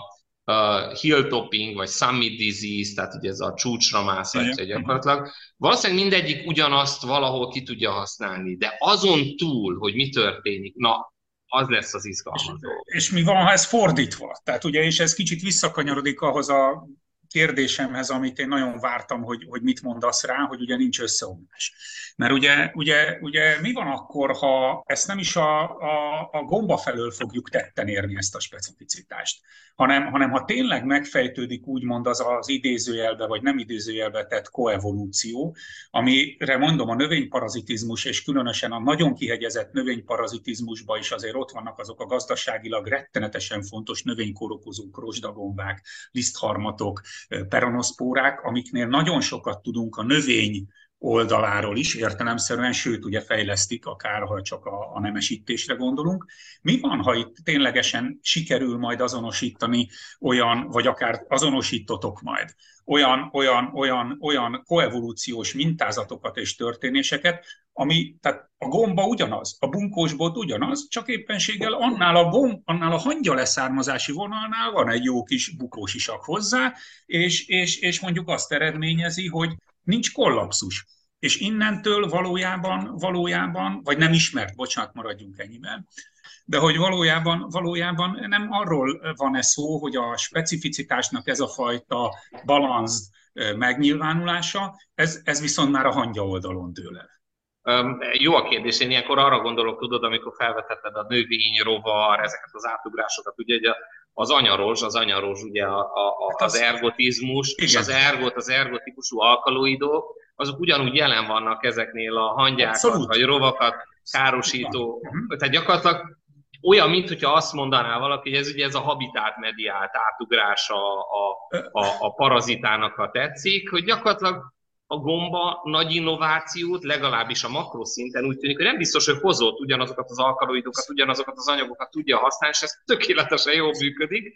uh, hilltopping, vagy summit disease, tehát ugye ez a csúcsra mászatja gyakorlatilag. Valószínűleg mindegyik ugyanazt valahol ki tudja használni, de azon túl, hogy mi történik, na, az lesz az izgalmas dolog. És, és mi van, ha ez fordítva? Tehát ugye, és ez kicsit visszakanyarodik ahhoz a kérdésemhez, amit én nagyon vártam, hogy, hogy mit mondasz rá, hogy ugye nincs összeomlás. Mert ugye, ugye, ugye mi van akkor, ha ezt nem is a, a, a gomba felől fogjuk tetten érni ezt a specificitást, hanem, hanem ha tényleg megfejtődik úgymond az az idézőjelbe, vagy nem idézőjelbe tett koevolúció, amire mondom a növényparazitizmus, és különösen a nagyon kihegyezett növényparazitizmusban is azért ott vannak azok a gazdaságilag rettenetesen fontos növénykórokozók, rozsdagombák, lisztharmatok, peronoszpórák, amiknél nagyon sokat tudunk a növény oldaláról is értelemszerűen, sőt, ugye fejlesztik, akár ha csak a, a nemesítésre gondolunk. Mi van, ha itt ténylegesen sikerül majd azonosítani olyan, vagy akár azonosítotok majd olyan, olyan, olyan, olyan koevolúciós mintázatokat és történéseket, ami, tehát a gomba ugyanaz, a bunkósbot ugyanaz, csak éppenséggel annál a, gomb, annál a hangya leszármazási vonalnál van egy jó kis bukós isak hozzá, és, és, és mondjuk azt eredményezi, hogy nincs kollapszus. És innentől valójában, valójában, vagy nem ismert, bocsánat, maradjunk ennyiben, de hogy valójában, valójában nem arról van-e szó, hogy a specificitásnak ez a fajta balansz megnyilvánulása, ez, ez viszont már a hangya oldalon dől el. Um, jó a kérdés, én ilyenkor arra gondolok, tudod, amikor felvetetted a növény, rovar, ezeket az átugrásokat, ugye, ugye az anyarozs, az anyarozs ugye a, a, az ergotizmus, igen. És az ergot, az ergotípusú alkaloidok, azok ugyanúgy jelen vannak ezeknél a hangyákat, abszolút, vagy rovakat károsító, uh-huh. Tehát gyakorlatilag olyan, mint hogyha azt mondaná valaki, hogy ez ugye ez a habitát mediált átugrás a, a, a, a parazitának, ha tetszik, hogy gyakorlatilag a gomba nagy innovációt, legalábbis a makroszinten úgy tűnik, hogy nem biztos, hogy hozott ugyanazokat az alkaloidokat, ugyanazokat az anyagokat tudja használni, és ez tökéletesen jól működik.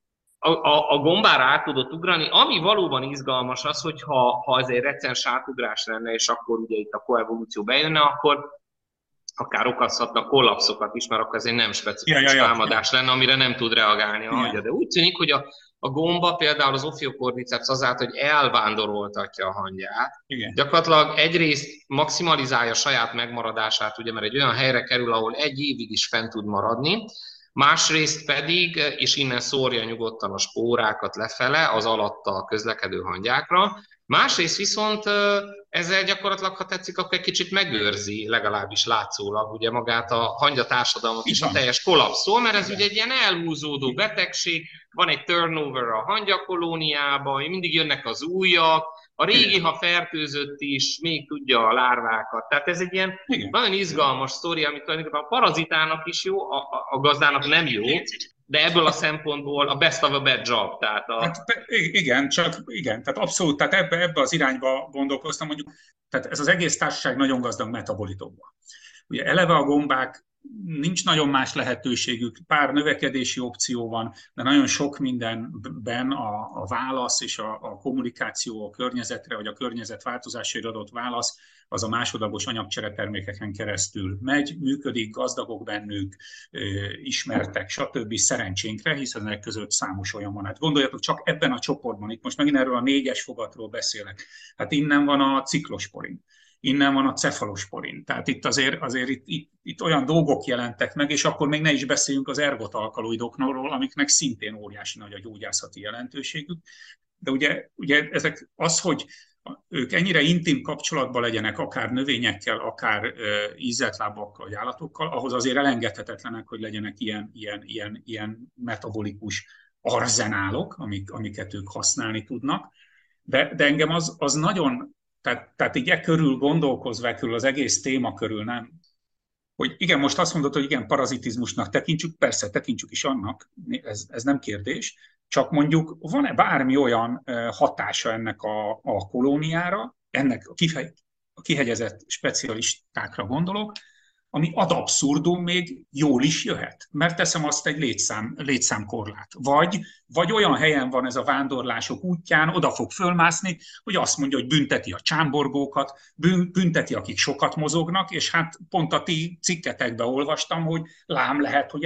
A, a, a gombára át tudott ugrani. Ami valóban izgalmas az, hogy ha, ha ez egy recens átugrás lenne, és akkor ugye itt a koevolúció bejönne, akkor akár okozhatnak kollapszokat is, mert akkor ez egy nem specifikus ja, ja, ja. támadás lenne, amire nem tud reagálni a hangya. De úgy tűnik, hogy a, a gomba, például az Ophiocordyceps azáltal, hogy elvándoroltatja a hangyát, igen. Gyakorlatilag egyrészt maximalizálja saját megmaradását, ugye, mert egy olyan helyre kerül, ahol egy évig is fent tud maradni, másrészt pedig, és innen szórja nyugodtan a spórákat lefele, az alatta közlekedő hangyákra, másrészt viszont ezzel gyakorlatilag, ha tetszik, akkor egy kicsit megőrzi, legalábbis látszólag ugye magát a hangya társadalmat is a teljes kollapszól, mert ez igen. Ugye egy ilyen elhúzódó betegség, van egy turnover a hangyakolóniában, mindig jönnek az újak, a régi, ha fertőzött is, még tudja a lárvákat. Tehát ez egy ilyen igen. Nagyon izgalmas sztori, amit tulajdonképpen a parazitának is jó, a, a, a gazdának nem jó, de ebből a szempontból a best of a bad job. Tehát a... hát, igen, csak igen, tehát abszolút, tehát ebbe, ebbe az irányba gondolkoztam, mondjuk, tehát ez az egész társaság nagyon gazdag metabolitokban. Ugye eleve a gombák, nincs nagyon más lehetőségük, pár növekedési opció van, de nagyon sok mindenben a, a válasz és a, a kommunikáció a környezetre, vagy a környezet változásaira adott válasz, az a másodlagos anyagcseretermékeken keresztül megy, működik, gazdagok bennük, ismertek, stb. Szerencsénkre, hiszen ezek között számos olyan van. Hát gondoljatok, csak ebben a csoportban, itt most megint erről a négyes fogatról beszélek, hát innen van a ciklosporin. Innen van a cefalosporin. Tehát itt azért, azért itt, itt, itt olyan dolgok jelentek meg, és akkor még ne is beszéljünk az ergotalkaloidokról, amiknek szintén óriási nagy a gyógyászati jelentőségük. De ugye, ugye ezek az, hogy ők ennyire intim kapcsolatban legyenek, akár növényekkel, akár ízelt lábakkal, vagy állatokkal, ahhoz azért elengedhetetlenek, hogy legyenek ilyen, ilyen, ilyen, ilyen metabolikus arzenálok, amik, amiket ők használni tudnak. De, de engem az, az nagyon... Tehát, tehát így e körül gondolkozva, körül az egész téma körül, nem? Hogy igen, most azt mondod, hogy igen, parazitizmusnak tekintsük, persze, tekintsük is annak, ez, ez nem kérdés, csak mondjuk van-e bármi olyan hatása ennek a, a kolóniára, ennek a, kifej, a kihegyezett specialistákra gondolok, ami ad abszurdum még jól is jöhet. Mert teszem azt egy létszám, létszámkorlát. Vagy, vagy olyan helyen van ez a vándorlások útján, oda fog fölmászni, hogy azt mondja, hogy bünteti a csámborgókat, bünteti, akik sokat mozognak, és hát pont a ti cikketekben olvastam, hogy lám lehet, hogy egy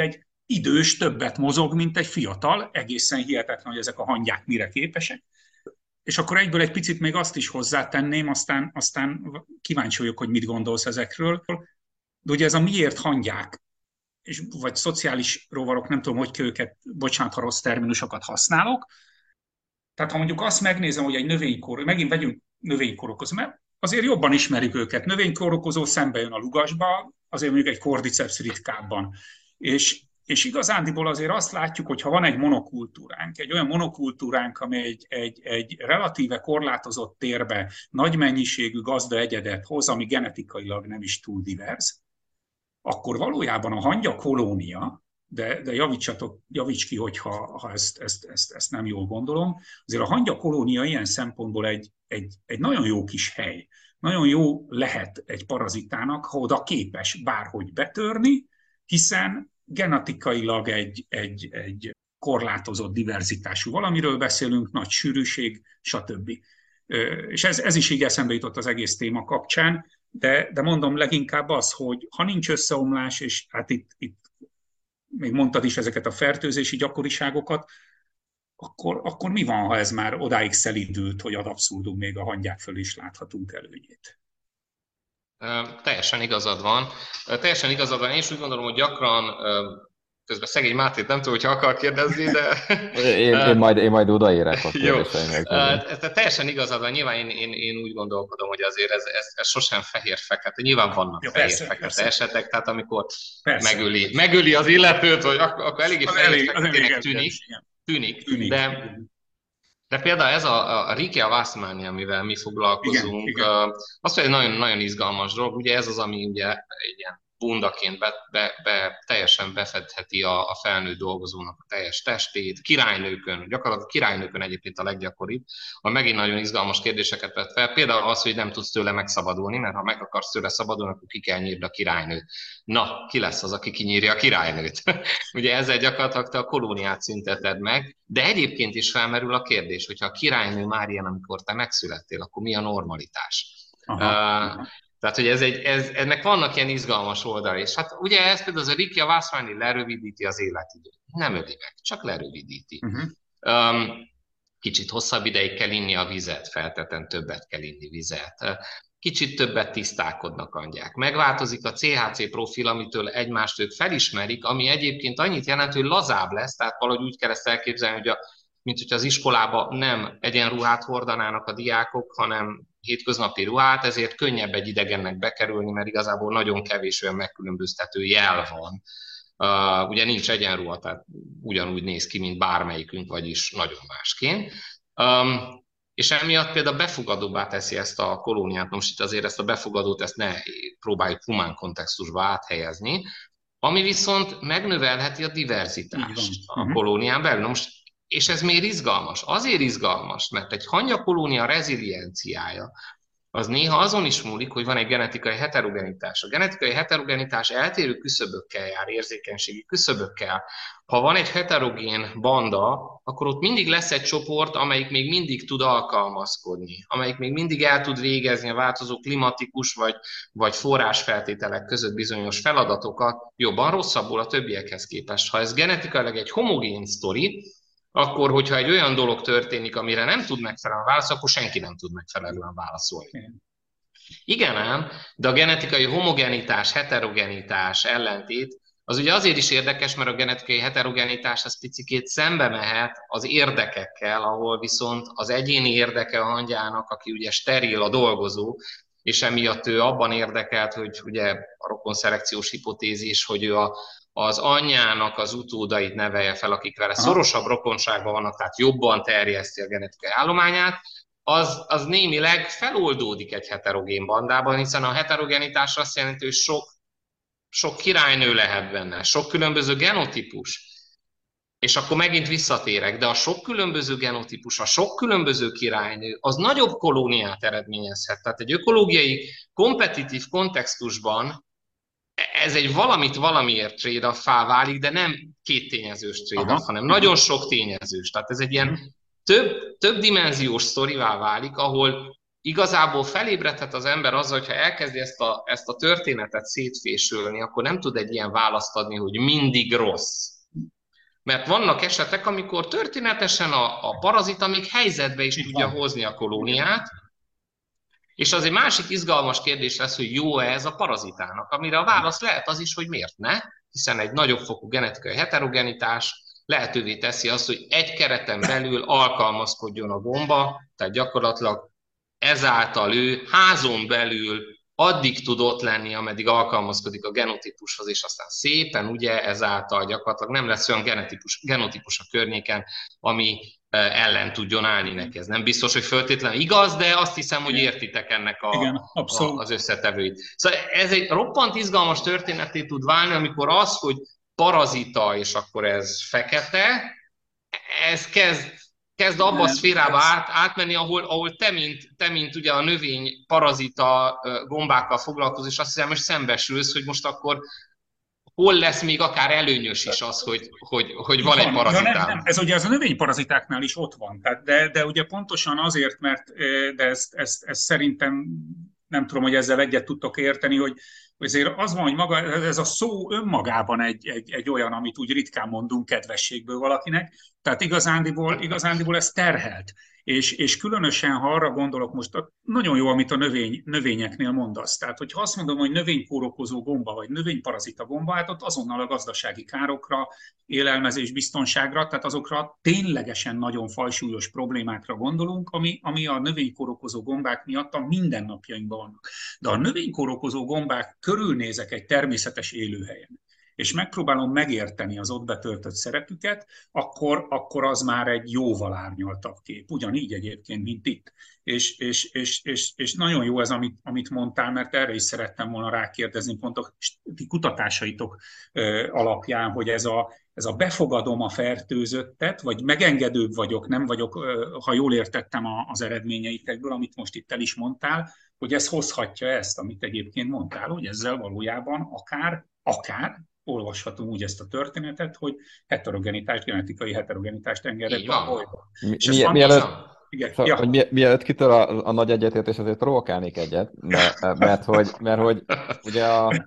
idős többet mozog, mint egy fiatal, egészen hihetetlen, hogy ezek a hangyák mire képesek. És akkor egyből egy picit még azt is hozzátenném, aztán, aztán kíváncsi vagyok, hogy mit gondolsz ezekről. De ugye ez a miért hangyák, és, vagy szociális rovarok, nem tudom, hogy kell őket, bocsánat, ha rossz terminusokat használok. Tehát ha mondjuk azt megnézem, hogy egy növénykor, megint vegyünk növénykórokozó, mert azért jobban ismerjük őket. Növénykórokozó szembe jön a lugasba, azért mondjuk egy cordyceps ritkábban. És, és igazándiból azért azt látjuk, hogy ha van egy monokultúránk, egy olyan monokultúránk, ami egy, egy, egy relatíve korlátozott térbe nagy mennyiségű gazda egyedet hoz, ami genetikailag nem is túl divers, akkor valójában a hangya kolónia, de, de javítsatok, javíts ki, hogyha ha ezt, ezt, ezt, ezt nem jól gondolom, azért a hangya kolónia ilyen szempontból egy, egy, egy nagyon jó kis hely. Nagyon jó lehet egy parazitának, ha oda képes bárhogy betörni, hiszen genetikailag egy, egy, egy korlátozott diverzitású valamiről beszélünk, nagy sűrűség, stb. És ez, ez is így eszembe jutott az egész téma kapcsán, de, de mondom leginkább az, hogy ha nincs összeomlás, és hát itt, itt még mondtad is ezeket a fertőzési gyakoriságokat, akkor, akkor mi van, ha ez már odáig szelídült, hogy ad abszurdum még a hangyák föl is láthatunk előnyét? Teljesen igazad van. Teljesen igazad van. Én is úgy gondolom, hogy gyakran, közben szegény Mátét nem tudom, hogyha akar kérdezni, de... én, én, majd, én majd odaérek a kérdéseimnek. Teljesen igazad van. Nyilván én, én, én úgy gondolkodom, hogy azért ez, ez, ez sosem fehér-fekete. Nyilván vannak fehér-fekete esetek, tehát amikor megöli, megöli az illetőt, vagy akkor, akkor eléggé fehér-feketének tűnik, tűnik, tűnik, de... De például ez a, a Riccia Wassmanni, amivel mi foglalkozunk, igen, igen. Az egy nagyon, nagyon izgalmas dolog. Ugye ez az, ami ugye egy ilyen bundaként be, be, be, teljesen befedheti a, a felnőtt dolgozónak a teljes testét, királynőkön, gyakorlatilag királynőkön egyébként a leggyakoribb, a megint nagyon izgalmas kérdéseket vett fel. Például az, hogy nem tudsz tőle megszabadulni, mert ha meg akarsz tőle szabadulni, akkor ki kell nyírni a királynőt. Na, ki lesz az, aki kinyírja a királynőt? Ugye ezzel gyakorlatilag te a kolóniát szünteted meg, de egyébként is felmerül a kérdés, hogyha a királynő már ilyen, amikor te megszülettél, akkor mi a normalitás? Aha, uh, aha. Tehát, hogy ez egy, ez, ennek vannak ilyen izgalmas oldal, és hát ugye ez például az a Riccia Wassmanni lerövidíti az életidőt. Nem öli meg, csak lerövidíti. Uh-huh. Um, kicsit hosszabb ideig kell inni a vizet, feltétlenül többet kell inni vizet. Kicsit többet tisztálkodnak hangyák. Megváltozik a cé há cé profil, amitől egymást ők felismerik, ami egyébként annyit jelent, hogy lazább lesz, tehát valahogy úgy kell ezt elképzelni, hogy a, mint hogyha az iskolában nem egyenruhát hordanának a diákok, hanem hétköznapi ruhát, ezért könnyebb egy idegennek bekerülni, mert igazából nagyon kevés olyan megkülönböztető jel van. Uh, ugye nincs egyenruha, tehát ugyanúgy néz ki, mint bármelyikünk, vagyis nagyon másként. Um, és emiatt például befogadóbbá teszi ezt a kolóniát. Most itt azért ezt a befogadót, ezt ne próbáljuk humán kontextusba áthelyezni, ami viszont megnövelheti a diverzitást a kolónián belül. Most, és ez miért izgalmas? Azért izgalmas, mert egy hangyakolónia rezilienciája az néha azon is múlik, hogy van egy genetikai heterogenitás. A genetikai heterogenitás eltérő küszöbökkel jár, érzékenységi küszöbökkel. Ha van egy heterogén banda, akkor ott mindig lesz egy csoport, amelyik még mindig tud alkalmazkodni, amelyik még mindig el tud végezni a változó klimatikus vagy, vagy forrásfeltételek között bizonyos feladatokat jobban, rosszabbul a többiekhez képest. Ha ez genetikailag egy homogén sztori, akkor, hogyha egy olyan dolog történik, amire nem tud megfelelően válaszolni, akkor senki nem tud megfelelően válaszolni. Igen ám, de a genetikai homogenitás, heterogenitás ellentét, az ugye azért is érdekes, mert a genetikai heterogenitás az picikét szembe mehet az érdekekkel, ahol viszont az egyéni érdeke a hangyának, aki ugye steril a dolgozó, és emiatt ő abban érdekelt, hogy ugye a rokonszerekciós hipotézis, hogy ő a az anyjának az utódait nevelje fel, akik vele szorosabb rokonságban vannak, tehát jobban terjeszti a genetikai állományát, az, az némileg feloldódik egy heterogén bandában, hiszen a heterogenitás azt jelenti, hogy sok, sok királynő lehet benne, sok különböző genotípus. És akkor megint visszatérek, de a sok különböző genotípus, a sok különböző királynő, az nagyobb kolóniát eredményezhet. Tehát egy ökológiai, kompetitív kontextusban ez egy valamit valamiért trade-offá válik, de nem két tényezős trade-off, hanem nagyon sok tényezős. Tehát ez egy ilyen több, több dimenziós sztorivá válik, ahol igazából felébredhet az ember azzal, hogyha elkezdi ezt a, ezt a történetet szétfésülni, akkor nem tud egy ilyen választ adni, hogy mindig rossz. Mert vannak esetek, amikor történetesen a, a parazita még helyzetbe is Így tudja van. hozni a Igen. kolóniát, és az egy másik izgalmas kérdés lesz, hogy jó-e ez a parazitának, amire a válasz lehet az is, hogy miért ne, hiszen egy nagyobb fokú genetikai heterogenitás lehetővé teszi azt, hogy egy kereten belül alkalmazkodjon a gomba, tehát gyakorlatilag ezáltal ő házon belül addig tud ott lenni, ameddig alkalmazkodik a genotípushoz, és aztán szépen ugye ezáltal gyakorlatilag nem lesz olyan genotípus, genotípus a környéken, ami ellen tudjon állni neki. Ez nem biztos, hogy föltétlenül igaz, de azt hiszem, hogy Igen, értitek ennek a, Igen, a, abszolút. az összetevőit. Szóval ez egy roppant izgalmas történeté tud válni, amikor az, hogy parazita, és akkor ez fekete, ez kezd, kezd abba a Nem, szférába ez, át, átmenni, ahol, ahol te, mint, te, mint ugye a növény parazita gombákkal foglalkozol, és azt hiszem, hogy szembesülsz, hogy most akkor hol lesz még akár előnyös is az, hogy, hogy, hogy így van egy van. Ja, nem, nem. parazitám. Ez ugye az a növényparazitáknál is ott van. Tehát de, de ugye pontosan azért, mert de ezt, ezt, ezt szerintem nem tudom, hogy ezzel egyet tudtok érteni, hogy hogy azért az van, hogy maga, ez a szó önmagában egy, egy, egy olyan, amit úgy ritkán mondunk kedvességből valakinek, tehát igazándiból, igazándiból ez terhelt. És, és különösen, ha arra gondolok most, nagyon jó, amit a növény, növényeknél mondasz. Tehát, hogyha azt mondom, hogy növénykórokozó gomba, vagy növényparazita gomba, hát ott azonnal a gazdasági károkra, élelmezés biztonságra, tehát azokra ténylegesen nagyon fajsúlyos problémákra gondolunk, ami, ami a növénykórokozó gombák miatt a mindennapjainkban vannak. De a növénykórokozó gombák körülnézek egy természetes élőhelyen, és megpróbálom megérteni az ott betöltött szerepüket, akkor, akkor az már egy jóval árnyaltabb kép. Ugyanígy egyébként, mint itt. És, és, és, és, és nagyon jó ez, amit, amit mondtál, mert erre is szerettem volna rákérdezni pont a kutatásaitok alapján, hogy ez a, ez a befogadom a fertőzöttet, vagy megengedőbb vagyok, nem vagyok, ha jól értettem az eredményeitekből, amit most itt el is mondtál, hogy ez hozhatja ezt, amit egyébként mondtál, hogy ezzel valójában akár, akár olvashatom úgy ezt a történetet, hogy heterogenitást, genetikai heterogenitást engedett Így a van. bolyba. Mi, És ez mi, Így mielőtt, van. igen, szóval, hogy ja. mi, mielőtt kitör a, a nagy egyetértés, azért provokálnék egyet, mert, mert, hogy, mert hogy ugye a,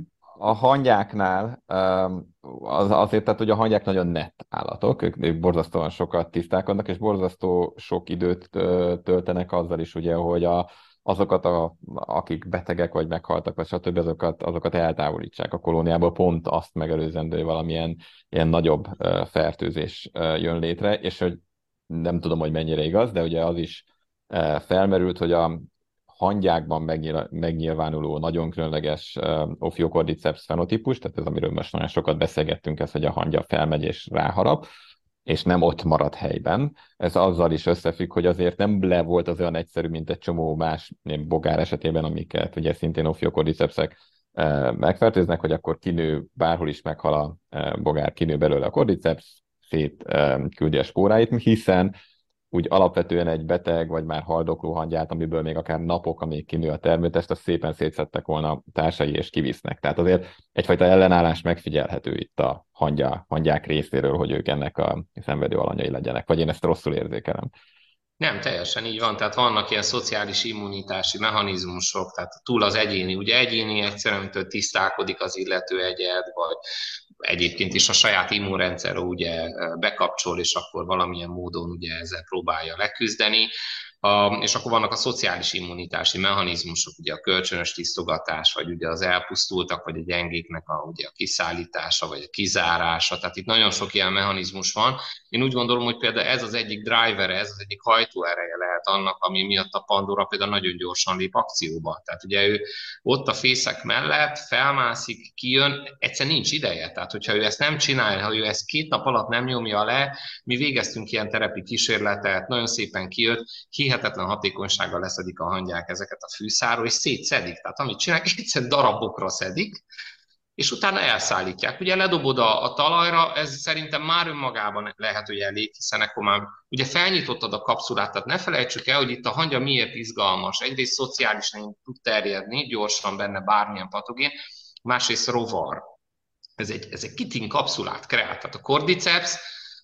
a hangyáknál um, az, azért, tehát ugye a hangyák nagyon nett állatok, ők, ők borzasztóan sokat tisztálkodnak, és borzasztó sok időt ö, töltenek azzal is, ugye, hogy a, azokat, a, akik betegek vagy meghaltak, vagy stb., azokat, azokat eltávolítsák a kolóniából, pont azt megelőzendő, hogy valamilyen ilyen nagyobb ö, fertőzés ö, jön létre, és hogy nem tudom, hogy mennyire igaz, de ugye az is ö, felmerült, hogy a hangyákban megnyilvánuló nagyon különleges uh, Ophiocordyceps fenotípus, tehát ez, amiről most nagyon sokat beszélgettünk, ez, hogy a hangya felmegy és ráharap, és nem ott marad helyben. Ez azzal is összefügg, hogy azért nem le volt az olyan egyszerű, mint egy csomó más bogár esetében, amiket ugye szintén Ophiocordycepsek uh, megfertőznek, hogy akkor kinő, bárhol is meghal a uh, bogár, kinő belőle a cordyceps, szét uh, küldi a spóráit, hiszen úgy alapvetően egy beteg, vagy már haldokló hangyát, amiből még akár napok, amíg kinő a termőtest, azt szépen szétszedtek volna társai, és kivisznek. Tehát azért egyfajta ellenállás megfigyelhető itt a hangya, hangyák részéről, hogy ők ennek a szenvedő alanyai legyenek. Vagy én ezt rosszul érzékelem. Nem, teljesen így van, tehát vannak ilyen szociális immunitási mechanizmusok, tehát túl az egyéni, ugye egyéni egyszerűen, mitől tisztálkodik az illető egyed, vagy egyébként is a saját immunrendszer ugye bekapcsol, és akkor valamilyen módon ugye ezzel próbálja leküzdeni. A, és akkor vannak a szociális immunitási mechanizmusok, ugye a kölcsönös tisztogatás, vagy ugye az elpusztultak, vagy a gyengéknek a, ugye a kiszállítása, vagy a kizárása, tehát itt nagyon sok ilyen mechanizmus van. Én úgy gondolom, hogy például ez az egyik driver, ez az egyik hajtóereje lehet annak, ami miatt a Pandora például nagyon gyorsan lép akcióba. Tehát ugye ő ott a fészek mellett felmászik, kijön, egyszer nincs ideje. Tehát hogyha ő ezt nem csinálja, ha ő ezt két nap alatt nem nyomja le, mi végeztünk ilyen terepi kísérletet, nagyon szépen kijött, hihetetlen hatékonysággal leszedik a hangyák ezeket a fűszáról, és szétszedik. Tehát amit csinálják, egyszer darabokra szedik, és utána elszállítják. Ugye ledobod a, a talajra, ez szerintem már önmagában lehet, hogy elég, hiszen akkor már ugye felnyitottad a kapszulát, tehát ne felejtsük el, hogy itt a hangya miért izgalmas. Egyrészt szociálisan tud terjedni, gyorsan benne bármilyen patogén, másrészt rovar. Ez egy, ez egy kitin kapszulát kreál. Tehát a cordyceps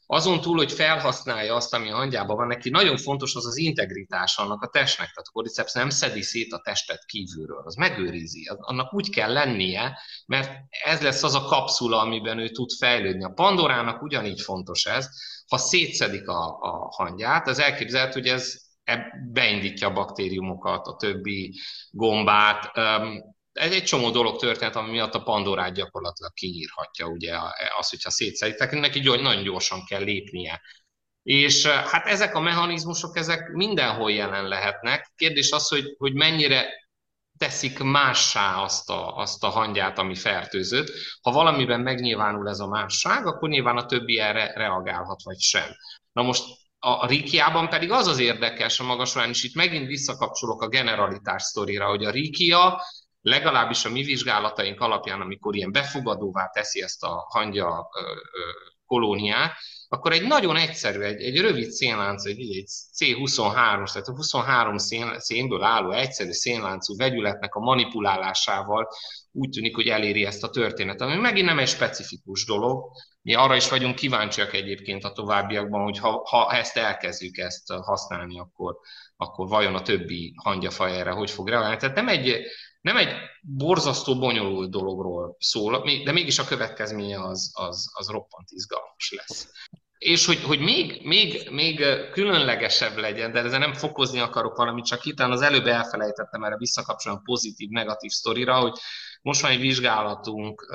azon túl, hogy felhasználja azt, ami a hangyában van, neki nagyon fontos az az integritás annak a testnek. Tehát a kordiceps nem szedi szét a testet kívülről, az megőrizi. Annak úgy kell lennie, mert ez lesz az a kapszula, amiben ő tud fejlődni. A Pandorának ugyanígy fontos ez. Ha szétszedik a, a hangyát, az elképzelhető, hogy ez beindítja a baktériumokat, a többi gombát. Ez egy csomó dolog történt, ami miatt a Pandorát gyakorlatilag kiírhatja, ugye az, hogyha szétszedítek, neki nagyon gyorsan kell lépnie. És hát ezek a mechanizmusok, ezek mindenhol jelen lehetnek. Kérdés az, hogy, hogy mennyire teszik mássá azt a, azt a hangyát, ami fertőzött. Ha valamiben megnyilvánul ez a másság, akkor nyilván a többi erre reagálhat, vagy sem. Na most a Rikiában pedig az az érdekes a magasorán, és itt megint visszakapcsolok a generalitás sztorira, hogy a Rikia legalábbis a mi vizsgálataink alapján, amikor ilyen befogadóvá teszi ezt a hangya kolóniát, akkor egy nagyon egyszerű, egy, egy rövid szénlánc, egy, egy cé huszonhárom, tehát a huszonhárom szén, szénből álló egyszerű szénláncú vegyületnek a manipulálásával úgy tűnik, hogy eléri ezt a történetet, ami megint nem egy specifikus dolog. Mi arra is vagyunk kíváncsiak egyébként a továbbiakban, hogy ha, ha ezt elkezdjük ezt használni, akkor, akkor vajon a többi hangyafaj erre hogy fog reagálni. Tehát nem egy, nem egy borzasztó bonyolult dologról szól, de mégis a következménye az, az, az roppant izgalmas lesz. És hogy, hogy még, még, még különlegesebb legyen, de ezzel nem fokozni akarok valamit, csak itt az előbb elfelejtettem erre visszakapcsolni a pozitív-negatív sztorira, hogy most van egy vizsgálatunk,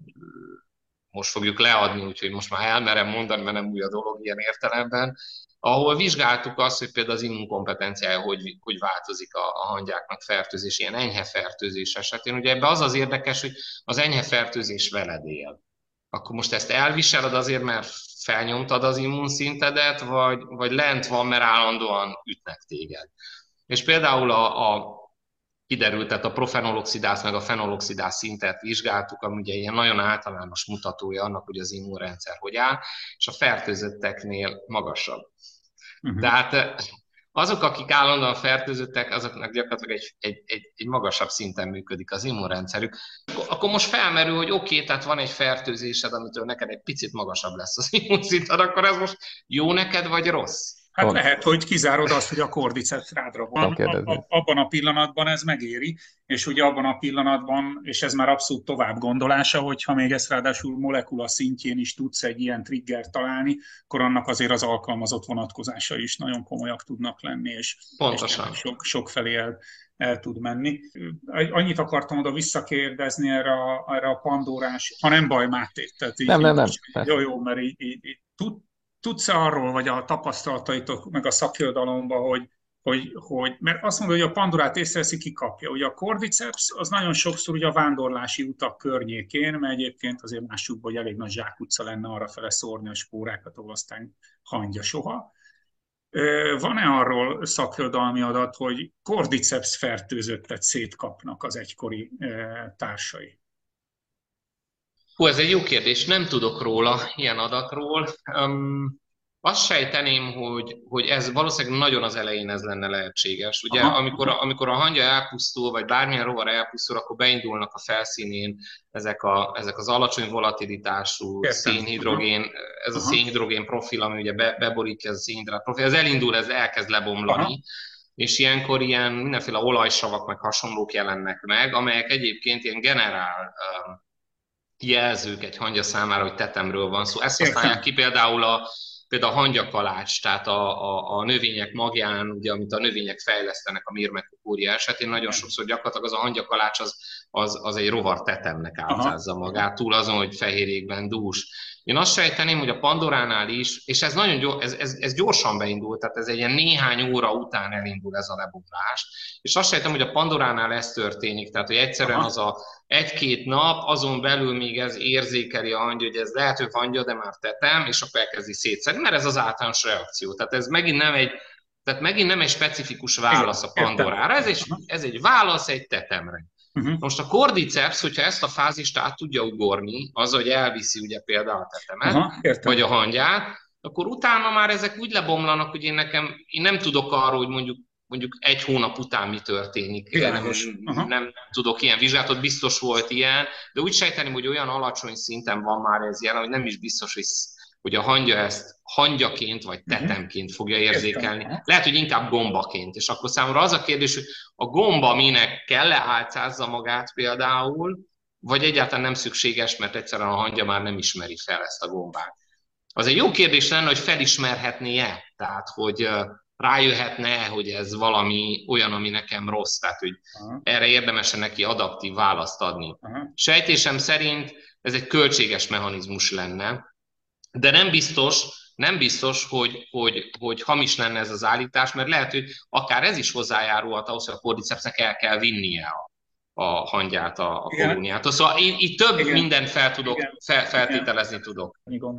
most fogjuk leadni, úgyhogy most már elmerem mondani, mert nem új a dolog ilyen értelemben, ahol vizsgáltuk azt, hogy például az immunkompetenciája hogy, hogy változik a, a hangyáknak fertőzés, ilyen enyhe fertőzés esetén. Ugye ebben az az érdekes, hogy az enyhe fertőzés veled él. Akkor most ezt elviseled azért, mert felnyomtad az immunszintedet, vagy, vagy lent van, mert állandóan ütnek téged. És például a, a kiderült, tehát a profenoloxidász meg a fenoloxidás szintet vizsgáltuk, ami ugye ilyen nagyon általános mutatója annak, hogy az immunrendszer hogy áll, és a fertőzötteknél magasabb. Uh-huh. Tehát azok, akik állandóan fertőzöttek, azoknak gyakorlatilag egy, egy, egy, egy magasabb szinten működik az immunrendszerük. Akkor most felmerül, hogy oké, okay, tehát van egy fertőzésed, amitől neked egy picit magasabb lesz az immunszinted, akkor ez most jó neked, vagy rossz? Hát Pont. Lehet, hogy kizárod azt, hogy a kordiceps rádra van. Abban a pillanatban ez megéri, és ugye abban a pillanatban, és ez már abszolút tovább gondolása, hogyha még ezt ráadásul molekula szintjén is tudsz egy ilyen triggert találni, akkor annak azért az alkalmazott vonatkozása is nagyon komolyak tudnak lenni, és, és sok, sok felé el, el tud menni. Annyit akartam oda visszakérdezni erre a, erre a pandórás, ha nem baj, Máté. Tehát így, nem, nem, nem. Jó, jó, mert így, így, így tud, tudsz arról, vagy a tapasztalataitok, meg a szakirodalomban, hogy, hogy, hogy, mert azt mondod, hogy a pandorát észreveszi, ki kapja. Ugye a kordiceps az nagyon sokszor ugye a vándorlási utak környékén, mert egyébként azért másukban, hogy elég nagy zsákutca lenne arra fele szórni a spórákat, ahol aztán hangja soha. Van-e arról szakirodalmi adat, hogy kordiceps fertőzöttet szétkapnak az egykori társai? Hú, ez egy jó kérdés, nem tudok róla, ilyen adatról. Um, azt sejteném, hogy, hogy ez valószínűleg nagyon az elején ez lenne lehetséges. Ugye, amikor a, amikor a hangya elpusztul, vagy bármilyen rovar elpusztul, akkor beindulnak a felszínén ezek, a, ezek az alacsony volatilitású Értem. szénhidrogén, ez Aha. a szénhidrogén profil, ami ugye be, beborítja ez a szénhidrogén profil, ez elindul, ez elkezd lebomlani. Aha. És ilyenkor ilyen mindenféle olajsavak, meg hasonlók jelennek meg, amelyek egyébként ilyen generál um, jelzők egy hangya számára, hogy tetemről van szó. Ezt használják ki például a, például a hangyakalács, tehát a, a, a növények magján, ugye, amit a növények fejlesztenek a mérmekukória esetén, nagyon sokszor gyakorlatilag az a hangyakalács az, az, az egy rovar tetemnek álcázza magát, túl azon, hogy fehérjékben dús. Én azt sejteném, hogy a Pandoránál is, és ez nagyon gyors, ez, ez, ez gyorsan beindult, tehát ez egy ilyen néhány óra után elindul ez a lebomlás, és azt sejtem, hogy a Pandoránál ez történik, tehát hogy egyszerűen Aha. az a egy-két nap, azon belül még ez érzékeli a hangya, hogy ez lehet, hogy hangya, de már tetem, és akkor elkezdi szétszedni, mert ez az általános reakció. Tehát ez megint nem egy, tehát megint nem egy specifikus válasz a Pandorára, ez egy, ez egy válasz egy tetemre. Uh-huh. Most a kordiceps, hogyha ezt a fázist át tudja ugorni, az, hogy elviszi ugye például a tetemet, Aha, vagy a hangyát, akkor utána már ezek úgy lebomlanak, hogy én nekem, én nem tudok arról, hogy mondjuk, mondjuk egy hónap után mi történik. Nem, nem, nem tudok ilyen vizsgálatot, biztos volt ilyen, de úgy sejteném, hogy olyan alacsony szinten van már ez jelen, hogy nem is biztos, hogy hogy a hangya ezt hangyaként vagy tetemként fogja érzékelni. Lehet, hogy inkább gombaként. És akkor számomra az a kérdés, hogy a gomba minek kell-e álcázza magát például, vagy egyáltalán nem szükséges, mert egyszerűen a hangya már nem ismeri fel ezt a gombát. Az egy jó kérdés lenne, hogy felismerhetné-e, tehát hogy rájöhetne, hogy ez valami olyan, ami nekem rossz, tehát hogy Aha. erre érdemes neki adaptív választ adni. Aha. Sejtésem szerint ez egy költséges mechanizmus lenne, de nem biztos, nem biztos, hogy, hogy, hogy hamis lenne ez az állítás, mert lehet, hogy akár ez is hozzájárulhat ahhoz, hogy a cordycepsnek el kell vinnie a a hangyát, a, a kolóniát. Szóval így, így több Igen. mindent fel tudok, fel, feltételezni Igen. tudok.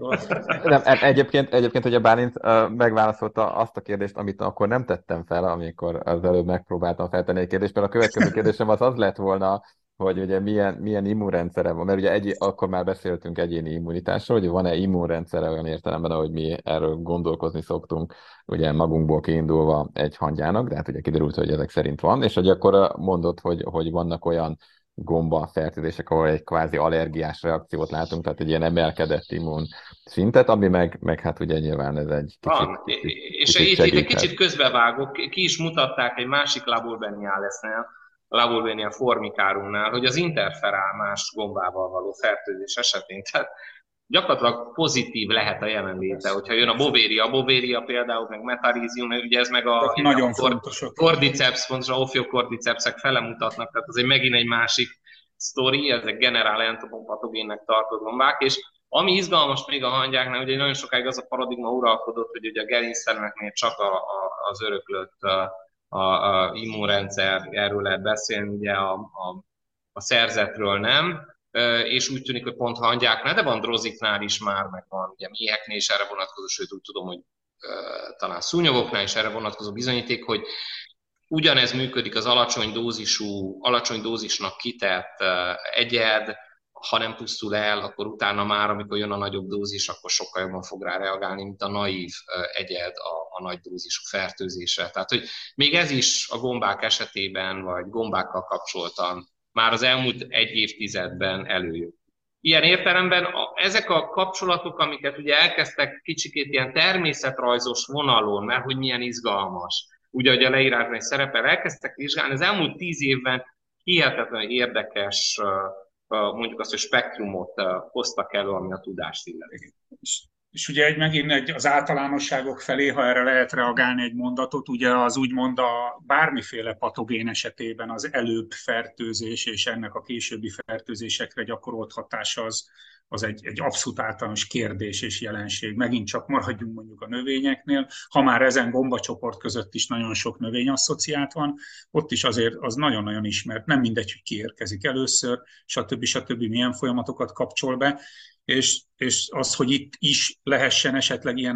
Nem, egyébként, egyébként ugye Bálint uh, megválaszolta azt a kérdést, amit akkor nem tettem fel, amikor az előbb megpróbáltam feltenni egy kérdést, mert a következő kérdésem az az lett volna, hogy ugye milyen, milyen immunrendszere van, mert ugye egy, akkor már beszéltünk egyéni immunitásról, hogy van-e immunrendszere olyan értelemben, ahogy mi erről gondolkozni szoktunk, ugye magunkból kiindulva egy hangyának, de hát ugye kiderült, hogy ezek szerint van, és hogy akkor mondott, hogy, hogy vannak olyan gomba fertőzések, ahol egy kvázi allergiás reakciót látunk, tehát egy ilyen emelkedett immun szintet, ami meg, meg hát ugye nyilván ez egy kicsit, van. kicsit, és kicsit itt, itt egy kicsit közbevágok, ki is mutatták egy másik Laborbenialesnél, a Laborbenia formicárumnál, hogy az interferálmás gombával való fertőzés esetén, tehát gyakorlatilag pozitív lehet a jelenléte, hogyha jön a bovéria, a bovéria például, meg metarízium, ugye ez meg a, nagyon a cordyceps, pontosan a ophiocordycepsek fele mutatnak, tehát ez egy megint egy másik sztori, ezek generál entopopatogénnek tartott gombák, és ami izgalmas még a hangyáknál, ugye nagyon sokáig az a paradigma uralkodott, hogy ugye a gerincszerveknél csak a, a, az öröklött a, a immunrendszer, erről lehet beszélni, ugye a, a, a szerzetről nem, és úgy tűnik, hogy pont hangyáknál, de van droziknál is már, meg van ugye méheknél is erre vonatkozó, sőt úgy tudom, hogy uh, talán szúnyogoknál is erre vonatkozó bizonyíték, hogy ugyanez működik az alacsony dózisú, alacsony dózisnak kitett uh, egyed, ha nem pusztul el, akkor utána már, amikor jön a nagyobb dózis, akkor sokkal jobban fog rá reagálni, mint a naív uh, egyed a, a nagy dózisú fertőzésre. Tehát, hogy még ez is a gombák esetében, vagy gombákkal kapcsoltan már az elmúlt egy évtizedben előjött. Ilyen értelemben a, ezek a kapcsolatok, amiket ugye elkezdtek kicsikét ilyen természetrajzos vonalon, mert hogy milyen izgalmas, ugye, hogy a leírásban is szerepel, elkezdtek vizsgálni, az elmúlt tíz évben hihetetlen érdekes, mondjuk azt, hogy spektrumot hoztak elő, ami a tudást illeti. És ugye egy, megint egy, az általánosságok felé, ha erre lehet reagálni egy mondatot, ugye az úgymond a bármiféle patogén esetében az előbb fertőzés és ennek a későbbi fertőzésekre gyakorolt hatása az, az egy, egy abszolút általános kérdés és jelenség. Megint csak maradjunk mondjuk a növényeknél, ha már ezen gombacsoport között is nagyon sok növény asszociált van, ott is azért az nagyon-nagyon ismert, nem mindegy, hogy ki érkezik először, stb. stb. Milyen folyamatokat kapcsol be, és, és az, hogy itt is lehessen esetleg ilyen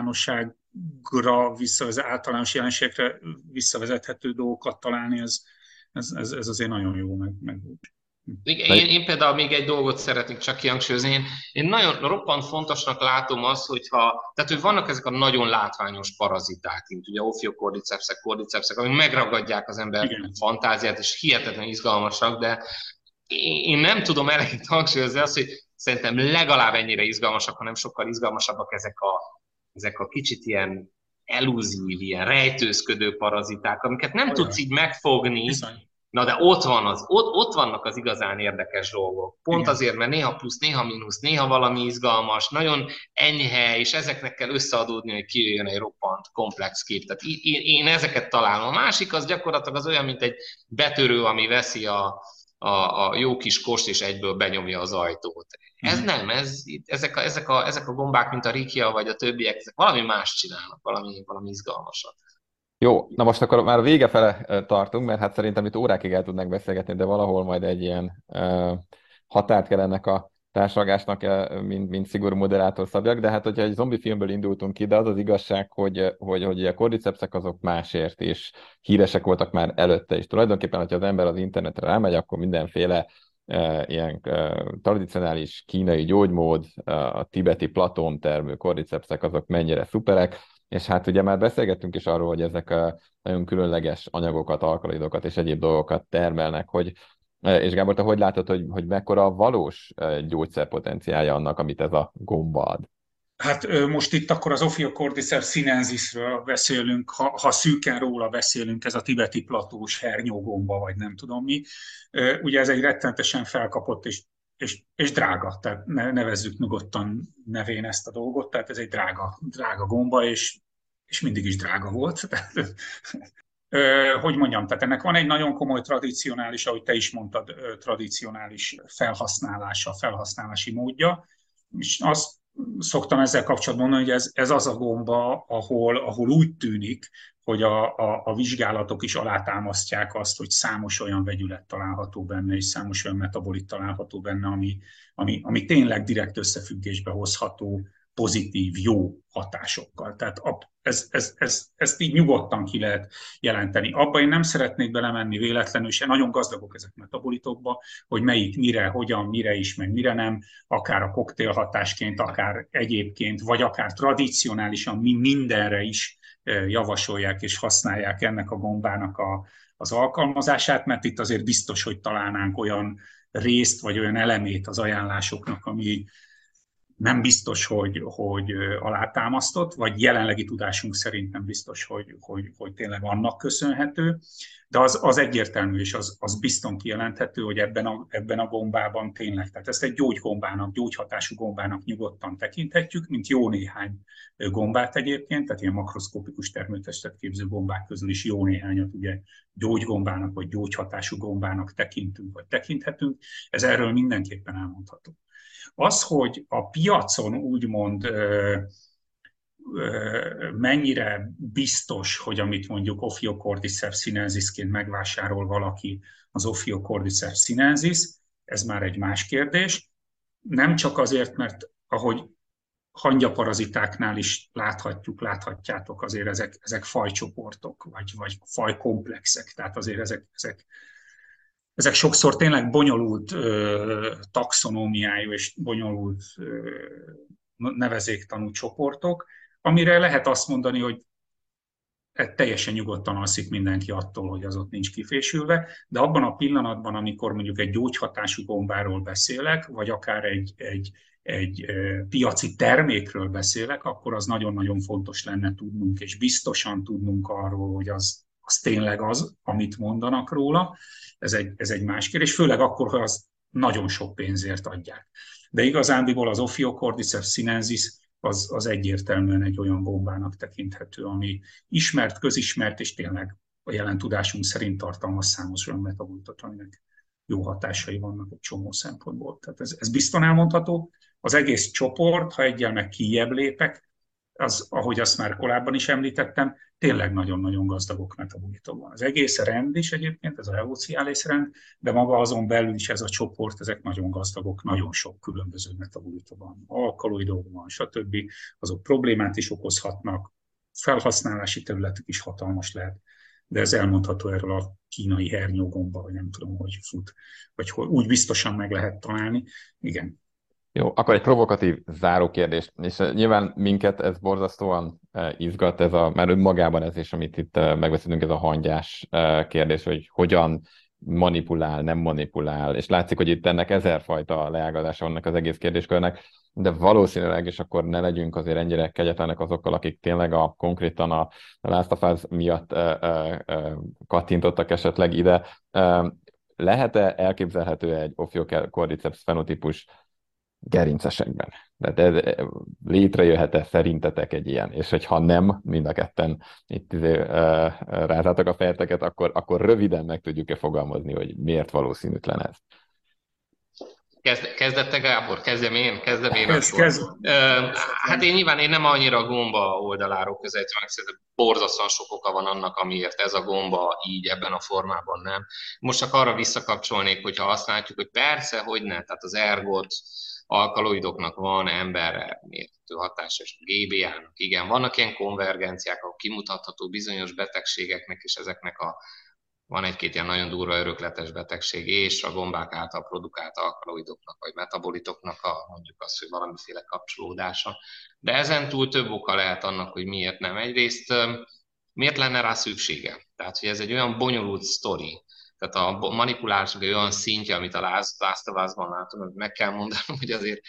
általánosságra, visszavezet, általános jelenségekre visszavezethető dolgokat találni, ez, ez, ez, ez azért nagyon jó. Meg, meg. Én, én például még egy dolgot szeretnék csak kihangsúlyozni. Én, én nagyon roppant fontosnak látom azt, hogyha, tehát hogy vannak ezek a nagyon látványos paraziták, mint ugye ophiocordycepsek, cordycepsek, amik megragadják az ember Igen. fantáziát, és hihetetlen izgalmasak, de én nem tudom eleget hangsúlyozni azt, hogy szerintem legalább ennyire izgalmasak, hanem sokkal izgalmasabbak ezek a, ezek a kicsit ilyen eluzív, ilyen rejtőzködő paraziták, amiket nem Olyan. tudsz így megfogni, Viszont. na de ott, van az, ott, ott vannak az igazán érdekes dolgok. Pont Igen. azért, mert néha plusz, néha mínusz, néha valami izgalmas, nagyon enyhe, és ezeknek kell összeadódni, hogy kijöjjön egy roppant komplex kép. Tehát én, én ezeket találom. A másik az gyakorlatilag az olyan, mint egy betörő, ami veszi a A, a jó kis kost, és egyből benyomja az ajtót. Ez mm. nem, ez, ezek, a, ezek, a, ezek a gombák, mint a Rikia vagy a többiek, ezek valami más csinálnak, valami, valami izgalmasat. Jó, na most akkor már a vége fele tartunk, mert hát szerintem itt órákig el tudnánk beszélgetni, de valahol majd egy ilyen uh, határt kell ennek a társalgásnak, mint, mint szigorú moderátor szabjak, de hát hogyha egy zombi filmből indultunk ki, de az az igazság, hogy, hogy, hogy a cordycepsek azok másért is híresek voltak már előtte is. Tulajdonképpen, hogyha az ember az internetre rámegy, akkor mindenféle e, ilyen e, tradicionális kínai gyógymód, a tibeti Platón termő cordycepsek azok mennyire szuperek, és hát ugye már beszélgettünk is arról, hogy ezek a nagyon különleges anyagokat, alkaloidokat és egyéb dolgokat termelnek, hogy és Gábor, te hogy látod, hogy, hogy mekkora a valós gyógyszerpotenciálja annak, amit ez a gomba ad? Hát most itt akkor az Ophiocordyceps sinensisről beszélünk, ha, ha szűken róla beszélünk, ez a tibeti platós hernyógomba, vagy nem tudom mi. Ugye ez egy rettenetesen felkapott és, és, és drága, tehát nevezzük nyugodtan nevén ezt a dolgot, tehát ez egy drága, drága gomba, és, és mindig is drága volt. Hogy mondjam, tehát ennek van egy nagyon komoly tradicionális, ahogy te is mondtad, tradicionális felhasználása, felhasználási módja, és azt szoktam ezzel kapcsolatban mondani, hogy ez, ez az a gomba, ahol, ahol úgy tűnik, hogy a, a, a vizsgálatok is alátámasztják azt, hogy számos olyan vegyület található benne, és számos olyan metabolit található benne, ami, ami, ami tényleg direkt összefüggésbe hozható pozitív, jó hatásokkal. Tehát ez, ez, ez, ezt így nyugodtan ki lehet jelenteni. Abba én nem szeretnék belemenni véletlenül, és nagyon gazdagok ezek metabolitokba, hogy melyik mire, hogyan, mire is, meg mire nem, akár a koktélhatásként, akár egyébként, vagy akár tradicionálisan mi mindenre is javasolják és használják ennek a gombának a, az alkalmazását, mert itt azért biztos, hogy találnánk olyan részt, vagy olyan elemét az ajánlásoknak, ami nem biztos, hogy, hogy alátámasztott, vagy jelenlegi tudásunk szerint nem biztos, hogy, hogy, hogy tényleg annak köszönhető, de az, az egyértelmű, és az, az bizton kijelenthető, hogy ebben a, ebben a gombában tényleg, tehát ezt egy gyógygombának, gyógyhatású gombának nyugodtan tekinthetjük, mint jó néhány gombát egyébként, tehát ilyen makroszkopikus termőtestet képző gombák közül is jó néhányat ugye gyógygombának, vagy gyógyhatású gombának tekintünk, vagy tekinthetünk, ez erről mindenképpen elmondható. Az, hogy a piacon úgymond ö, ö, mennyire biztos, hogy amit mondjuk Ophiocordyceps sinensisként megvásárol valaki az Ophiocordyceps sinensis, ez már egy más kérdés. Nem csak azért, mert ahogy hangyaparazitáknál is láthatjuk, láthatjátok, azért ezek, ezek fajcsoportok, vagy, vagy fajkomplexek, tehát azért ezek, ezek Ezek sokszor tényleg bonyolult ö, taxonómiájú és bonyolult ö, nevezéktanú csoportok, amire lehet azt mondani, hogy teljesen nyugodtan alszik mindenki attól, hogy az ott nincs kifésülve, de abban a pillanatban, amikor mondjuk egy gyógyhatású gombáról beszélek, vagy akár egy, egy, egy piaci termékről beszélek, akkor az nagyon-nagyon fontos lenne tudnunk, és biztosan tudnunk arról, hogy az, az tényleg az, amit mondanak róla. Ez egy, ez egy más kérdés, főleg akkor, ha az nagyon sok pénzért adják. De igazándiból az Ophiocordyceps sinensis az, az egyértelműen egy olyan gombának tekinthető, ami ismert, közismert, és tényleg a jelen tudásunk szerint tartalmaz számos olyan metabolitot, aminek jó hatásai vannak egy csomó szempontból. Tehát ez, ez bizton elmondható. Az egész csoport, ha egyel meg kijebb lépek, az, ahogy azt már korábban is említettem, tényleg nagyon-nagyon gazdagok metabolitokban. Az egész rend is egyébként, ez a evoluciális rend, de maga azon belül is ez a csoport, ezek nagyon gazdagok, nagyon sok különböző metabolitokban, alkaloidokban, stb. Azok problémát is okozhatnak, felhasználási területük is hatalmas lehet, de ez elmondható erről a kínai hernyógomba, vagy nem tudom, hogy fut, vagy úgy biztosan meg lehet találni. Igen. Jó, akkor egy provokatív zárókérdés, és nyilván minket ez borzasztóan izgat, ez a, már önmagában ez is, amit itt megbeszélünk, ez a hangyás kérdés, hogy hogyan manipulál, nem manipulál, és látszik, hogy itt ennek ezerfajta leágazása vannak az egész kérdéskörnek, de valószínűleg, és akkor ne legyünk azért ennyire kegyetlenek azokkal, akik tényleg a konkrétan a Last of Us miatt uh, uh, uh, kattintottak esetleg ide. Uh, lehet-e elképzelhető egy Ophiocordyceps fenotípus gerincesekben? De, de, de létrejöhet-e szerintetek egy ilyen? És hogyha nem, mind a ketten itt uh, rázátok a fejeteket, akkor, akkor röviden meg tudjuk-e fogalmazni, hogy miért valószínűtlen ez? Kezd, kezdette Gábor? Kezdem én? Kezdem én kezd, akkor. Kezd. Uh, hát én nyilván én nem annyira a gomba oldaláról közelítem, meg szerintem borzasztóan sok oka van annak, amiért ez a gomba így ebben a formában nem. Most csak arra visszakapcsolnék, hogyha azt látjuk, hogy persze, hogy ne, tehát az ergot alkaloidoknak van emberre mérhető hatása, és a gé bé á-nak, igen, vannak ilyen konvergenciák, ahol kimutatható bizonyos betegségeknek, és ezeknek a van egy-két ilyen nagyon durva örökletes betegség, és a gombák által produkált alkaloidoknak, vagy metabolitoknak a, mondjuk azt, hogy valamiféle kapcsolódása. De ezen túl több oka lehet annak, hogy miért nem. Egyrészt miért lenne rá szüksége? Tehát, hogy ez egy olyan bonyolult sztori, tehát a manipulálásnak egy olyan szintje, amit a Last of Us-ban látom, meg kell mondanom, hogy azért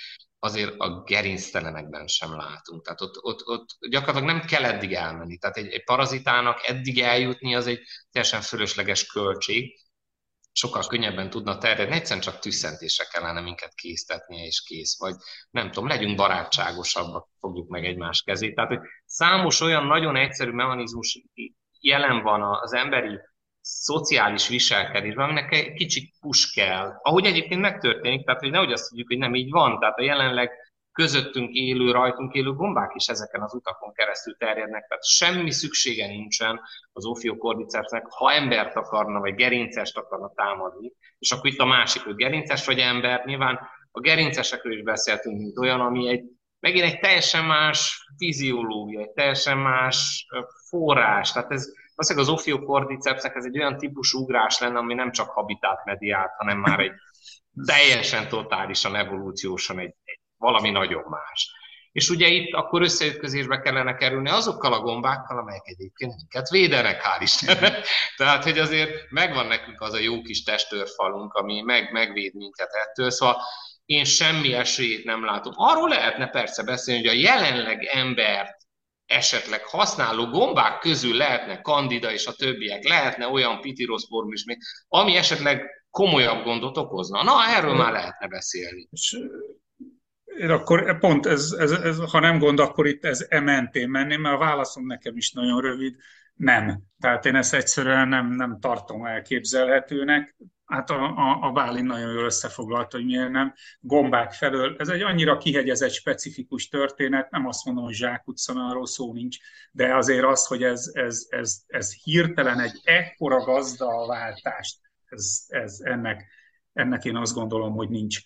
azért a gerinctelenekben sem látunk. Tehát ott, ott, ott gyakorlatilag nem kell eddig elmenni. Tehát egy, egy parazitának eddig eljutni az egy teljesen fölösleges költség, sokkal könnyebben tudna terjedni, egyszerűen csak tüsszentésre kellene minket késztetnie, és kész. Vagy nem tudom, legyünk barátságosabbak, fogjuk meg egymás kezét. Tehát, hogy számos olyan nagyon egyszerű mechanizmus jelen van az emberi szociális viselkedésben, aminek egy kicsit push kell. Ahogy egyébként megtörténik, tehát hogy nehogy azt tudjuk, hogy nem így van. Tehát a jelenleg közöttünk élő, rajtunk élő gombák is ezeken az utakon keresztül terjednek, tehát semmi szüksége nincsen az ophiocordycepsnek, ha embert akarna, vagy gerincest akarna támadni, és akkor itt a másik, hogy gerinces vagy ember, nyilván a gerincesekről is beszéltünk, mint olyan, ami egy, megint egy teljesen más fiziológia, egy teljesen más forrás, tehát ez valószínűleg az ophiocordycepsnek ez egy olyan típusú ugrás lenne, ami nem csak habitát mediált, hanem már egy teljesen totálisan, evolúciósan egy, egy valami nagyon más. És ugye itt akkor összeütközésbe kellene kerülni azokkal a gombákkal, amelyek egyébként minket védenek, hál' Istennek. Tehát, hogy azért megvan nekünk az a jó kis testőrfalunk, ami meg, megvéd minket ettől. Szóval én semmi esélyt nem látom. Arról lehetne persze beszélni, hogy a jelenleg embert esetleg használó gombák közül lehetne Candida és a többiek, lehetne olyan Pityrosporum is még, ami esetleg komolyabb gondot okozna. Na, erről már lehetne beszélni. És én akkor pont ez, ez, ez, ha nem gond, akkor itt ez e mentén menni, mert a válaszom nekem is nagyon rövid. Nem. Tehát én ezt egyszerűen nem, nem tartom elképzelhetőnek. Hát a, a, a Bálint nagyon jól összefoglalta, hogy miért nem. Gombák felől. Ez egy annyira kihegyezett, specifikus történet, nem azt mondom, hogy zsákutca, mert arról szó nincs, de azért az, hogy ez, ez, ez, ez hirtelen egy ekkora gazdaváltást, ez, ez ennek, ennek én azt gondolom, hogy nincs.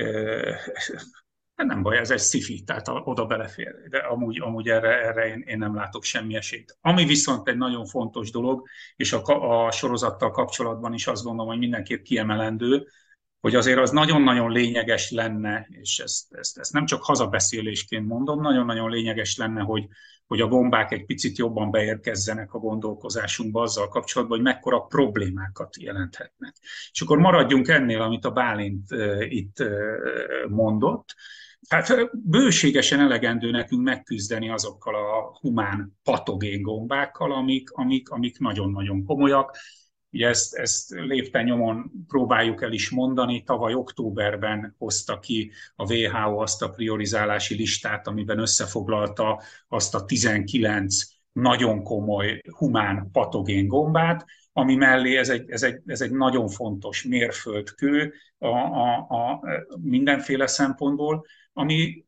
Nem baj, ez egy sci-fi, tehát oda belefér, de amúgy, amúgy erre, erre én, én nem látok semmi esélyt. Ami viszont egy nagyon fontos dolog, és a, a sorozattal kapcsolatban is azt gondolom, hogy mindenképp kiemelendő, hogy azért az nagyon-nagyon lényeges lenne, és ezt, ezt, ezt nem csak hazabeszélésként mondom, nagyon-nagyon lényeges lenne, hogy, hogy a gombák egy picit jobban beérkezzenek a gondolkozásunkba azzal kapcsolatban, hogy mekkora problémákat jelenthetnek. És akkor maradjunk ennél, amit a Bálint uh, itt uh, mondott. Hát bőségesen elegendő nekünk megküzdeni azokkal a humán patogén gombákkal, amik, amik, amik nagyon-nagyon komolyak. Ugye ezt, ezt lépten nyomon próbáljuk el is mondani. Tavaly októberben hozta ki a vé há o azt a priorizálási listát, amiben összefoglalta azt a tizenkilenc nagyon komoly humán patogén gombát, ami mellé ez egy, ez egy, ez egy nagyon fontos mérföldkő a, a, a mindenféle szempontból, ami,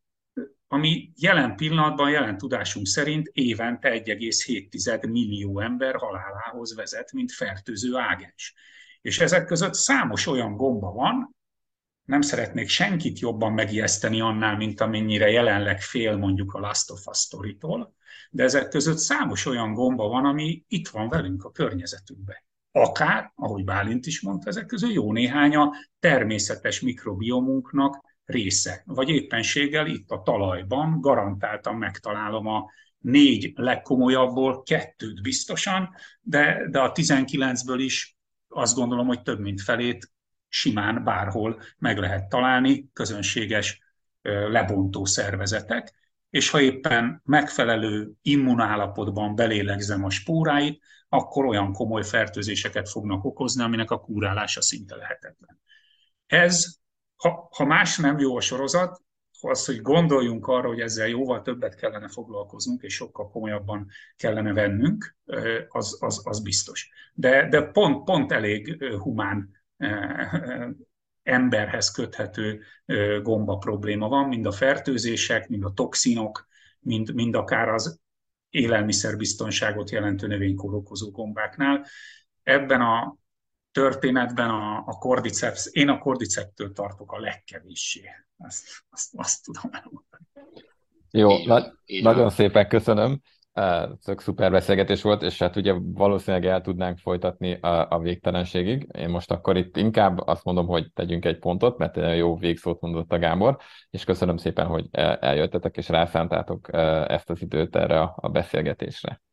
ami jelen pillanatban, jelen tudásunk szerint évente egy egész hét millió ember halálához vezet, mint fertőző ágens. És ezek között számos olyan gomba van, nem szeretnék senkit jobban megijeszteni annál, mint amennyire jelenleg fél mondjuk a Last of Us sztoritól, de ezek között számos olyan gomba van, ami itt van velünk a környezetünkben. Akár, ahogy Bálint is mondta, ezek közül jó néhány a természetes mikrobiomunknak része. Vagy éppenséggel itt a talajban garantáltan megtalálom a négy legkomolyabbból, kettőt biztosan, de, de a tizenkilencből is azt gondolom, hogy több mint felét simán bárhol meg lehet találni, közönséges lebontó szervezetek, és ha éppen megfelelő immunállapotban belélegzem a spóráit, akkor olyan komoly fertőzéseket fognak okozni, aminek a kúrálása szinte lehetetlen. Ez, ha, ha más nem jó a sorozat, az, hogy gondoljunk arra, hogy ezzel jóval többet kellene foglalkoznunk, és sokkal komolyabban kellene vennünk, az, az, az biztos. De, de pont, pont elég humán emberhez köthető gomba probléma van, mind a fertőzések, mind a toxinok, mind, mind akár az élelmiszerbiztonságot jelentő növénykórokozó gombáknál. Ebben a történetben a, a cordyceps, én a cordyceptől tartok a legkevéssé. Azt, azt, azt tudom elmondani. Jó, na, nagyon szépen köszönöm. Tök szuper beszélgetés volt, és hát ugye valószínűleg el tudnánk folytatni a, a végtelenségig. Én most akkor itt inkább azt mondom, hogy tegyünk egy pontot, mert egy jó végszót mondott a Gábor, és köszönöm szépen, hogy eljöttetek és rászántátok ezt az időt erre a beszélgetésre.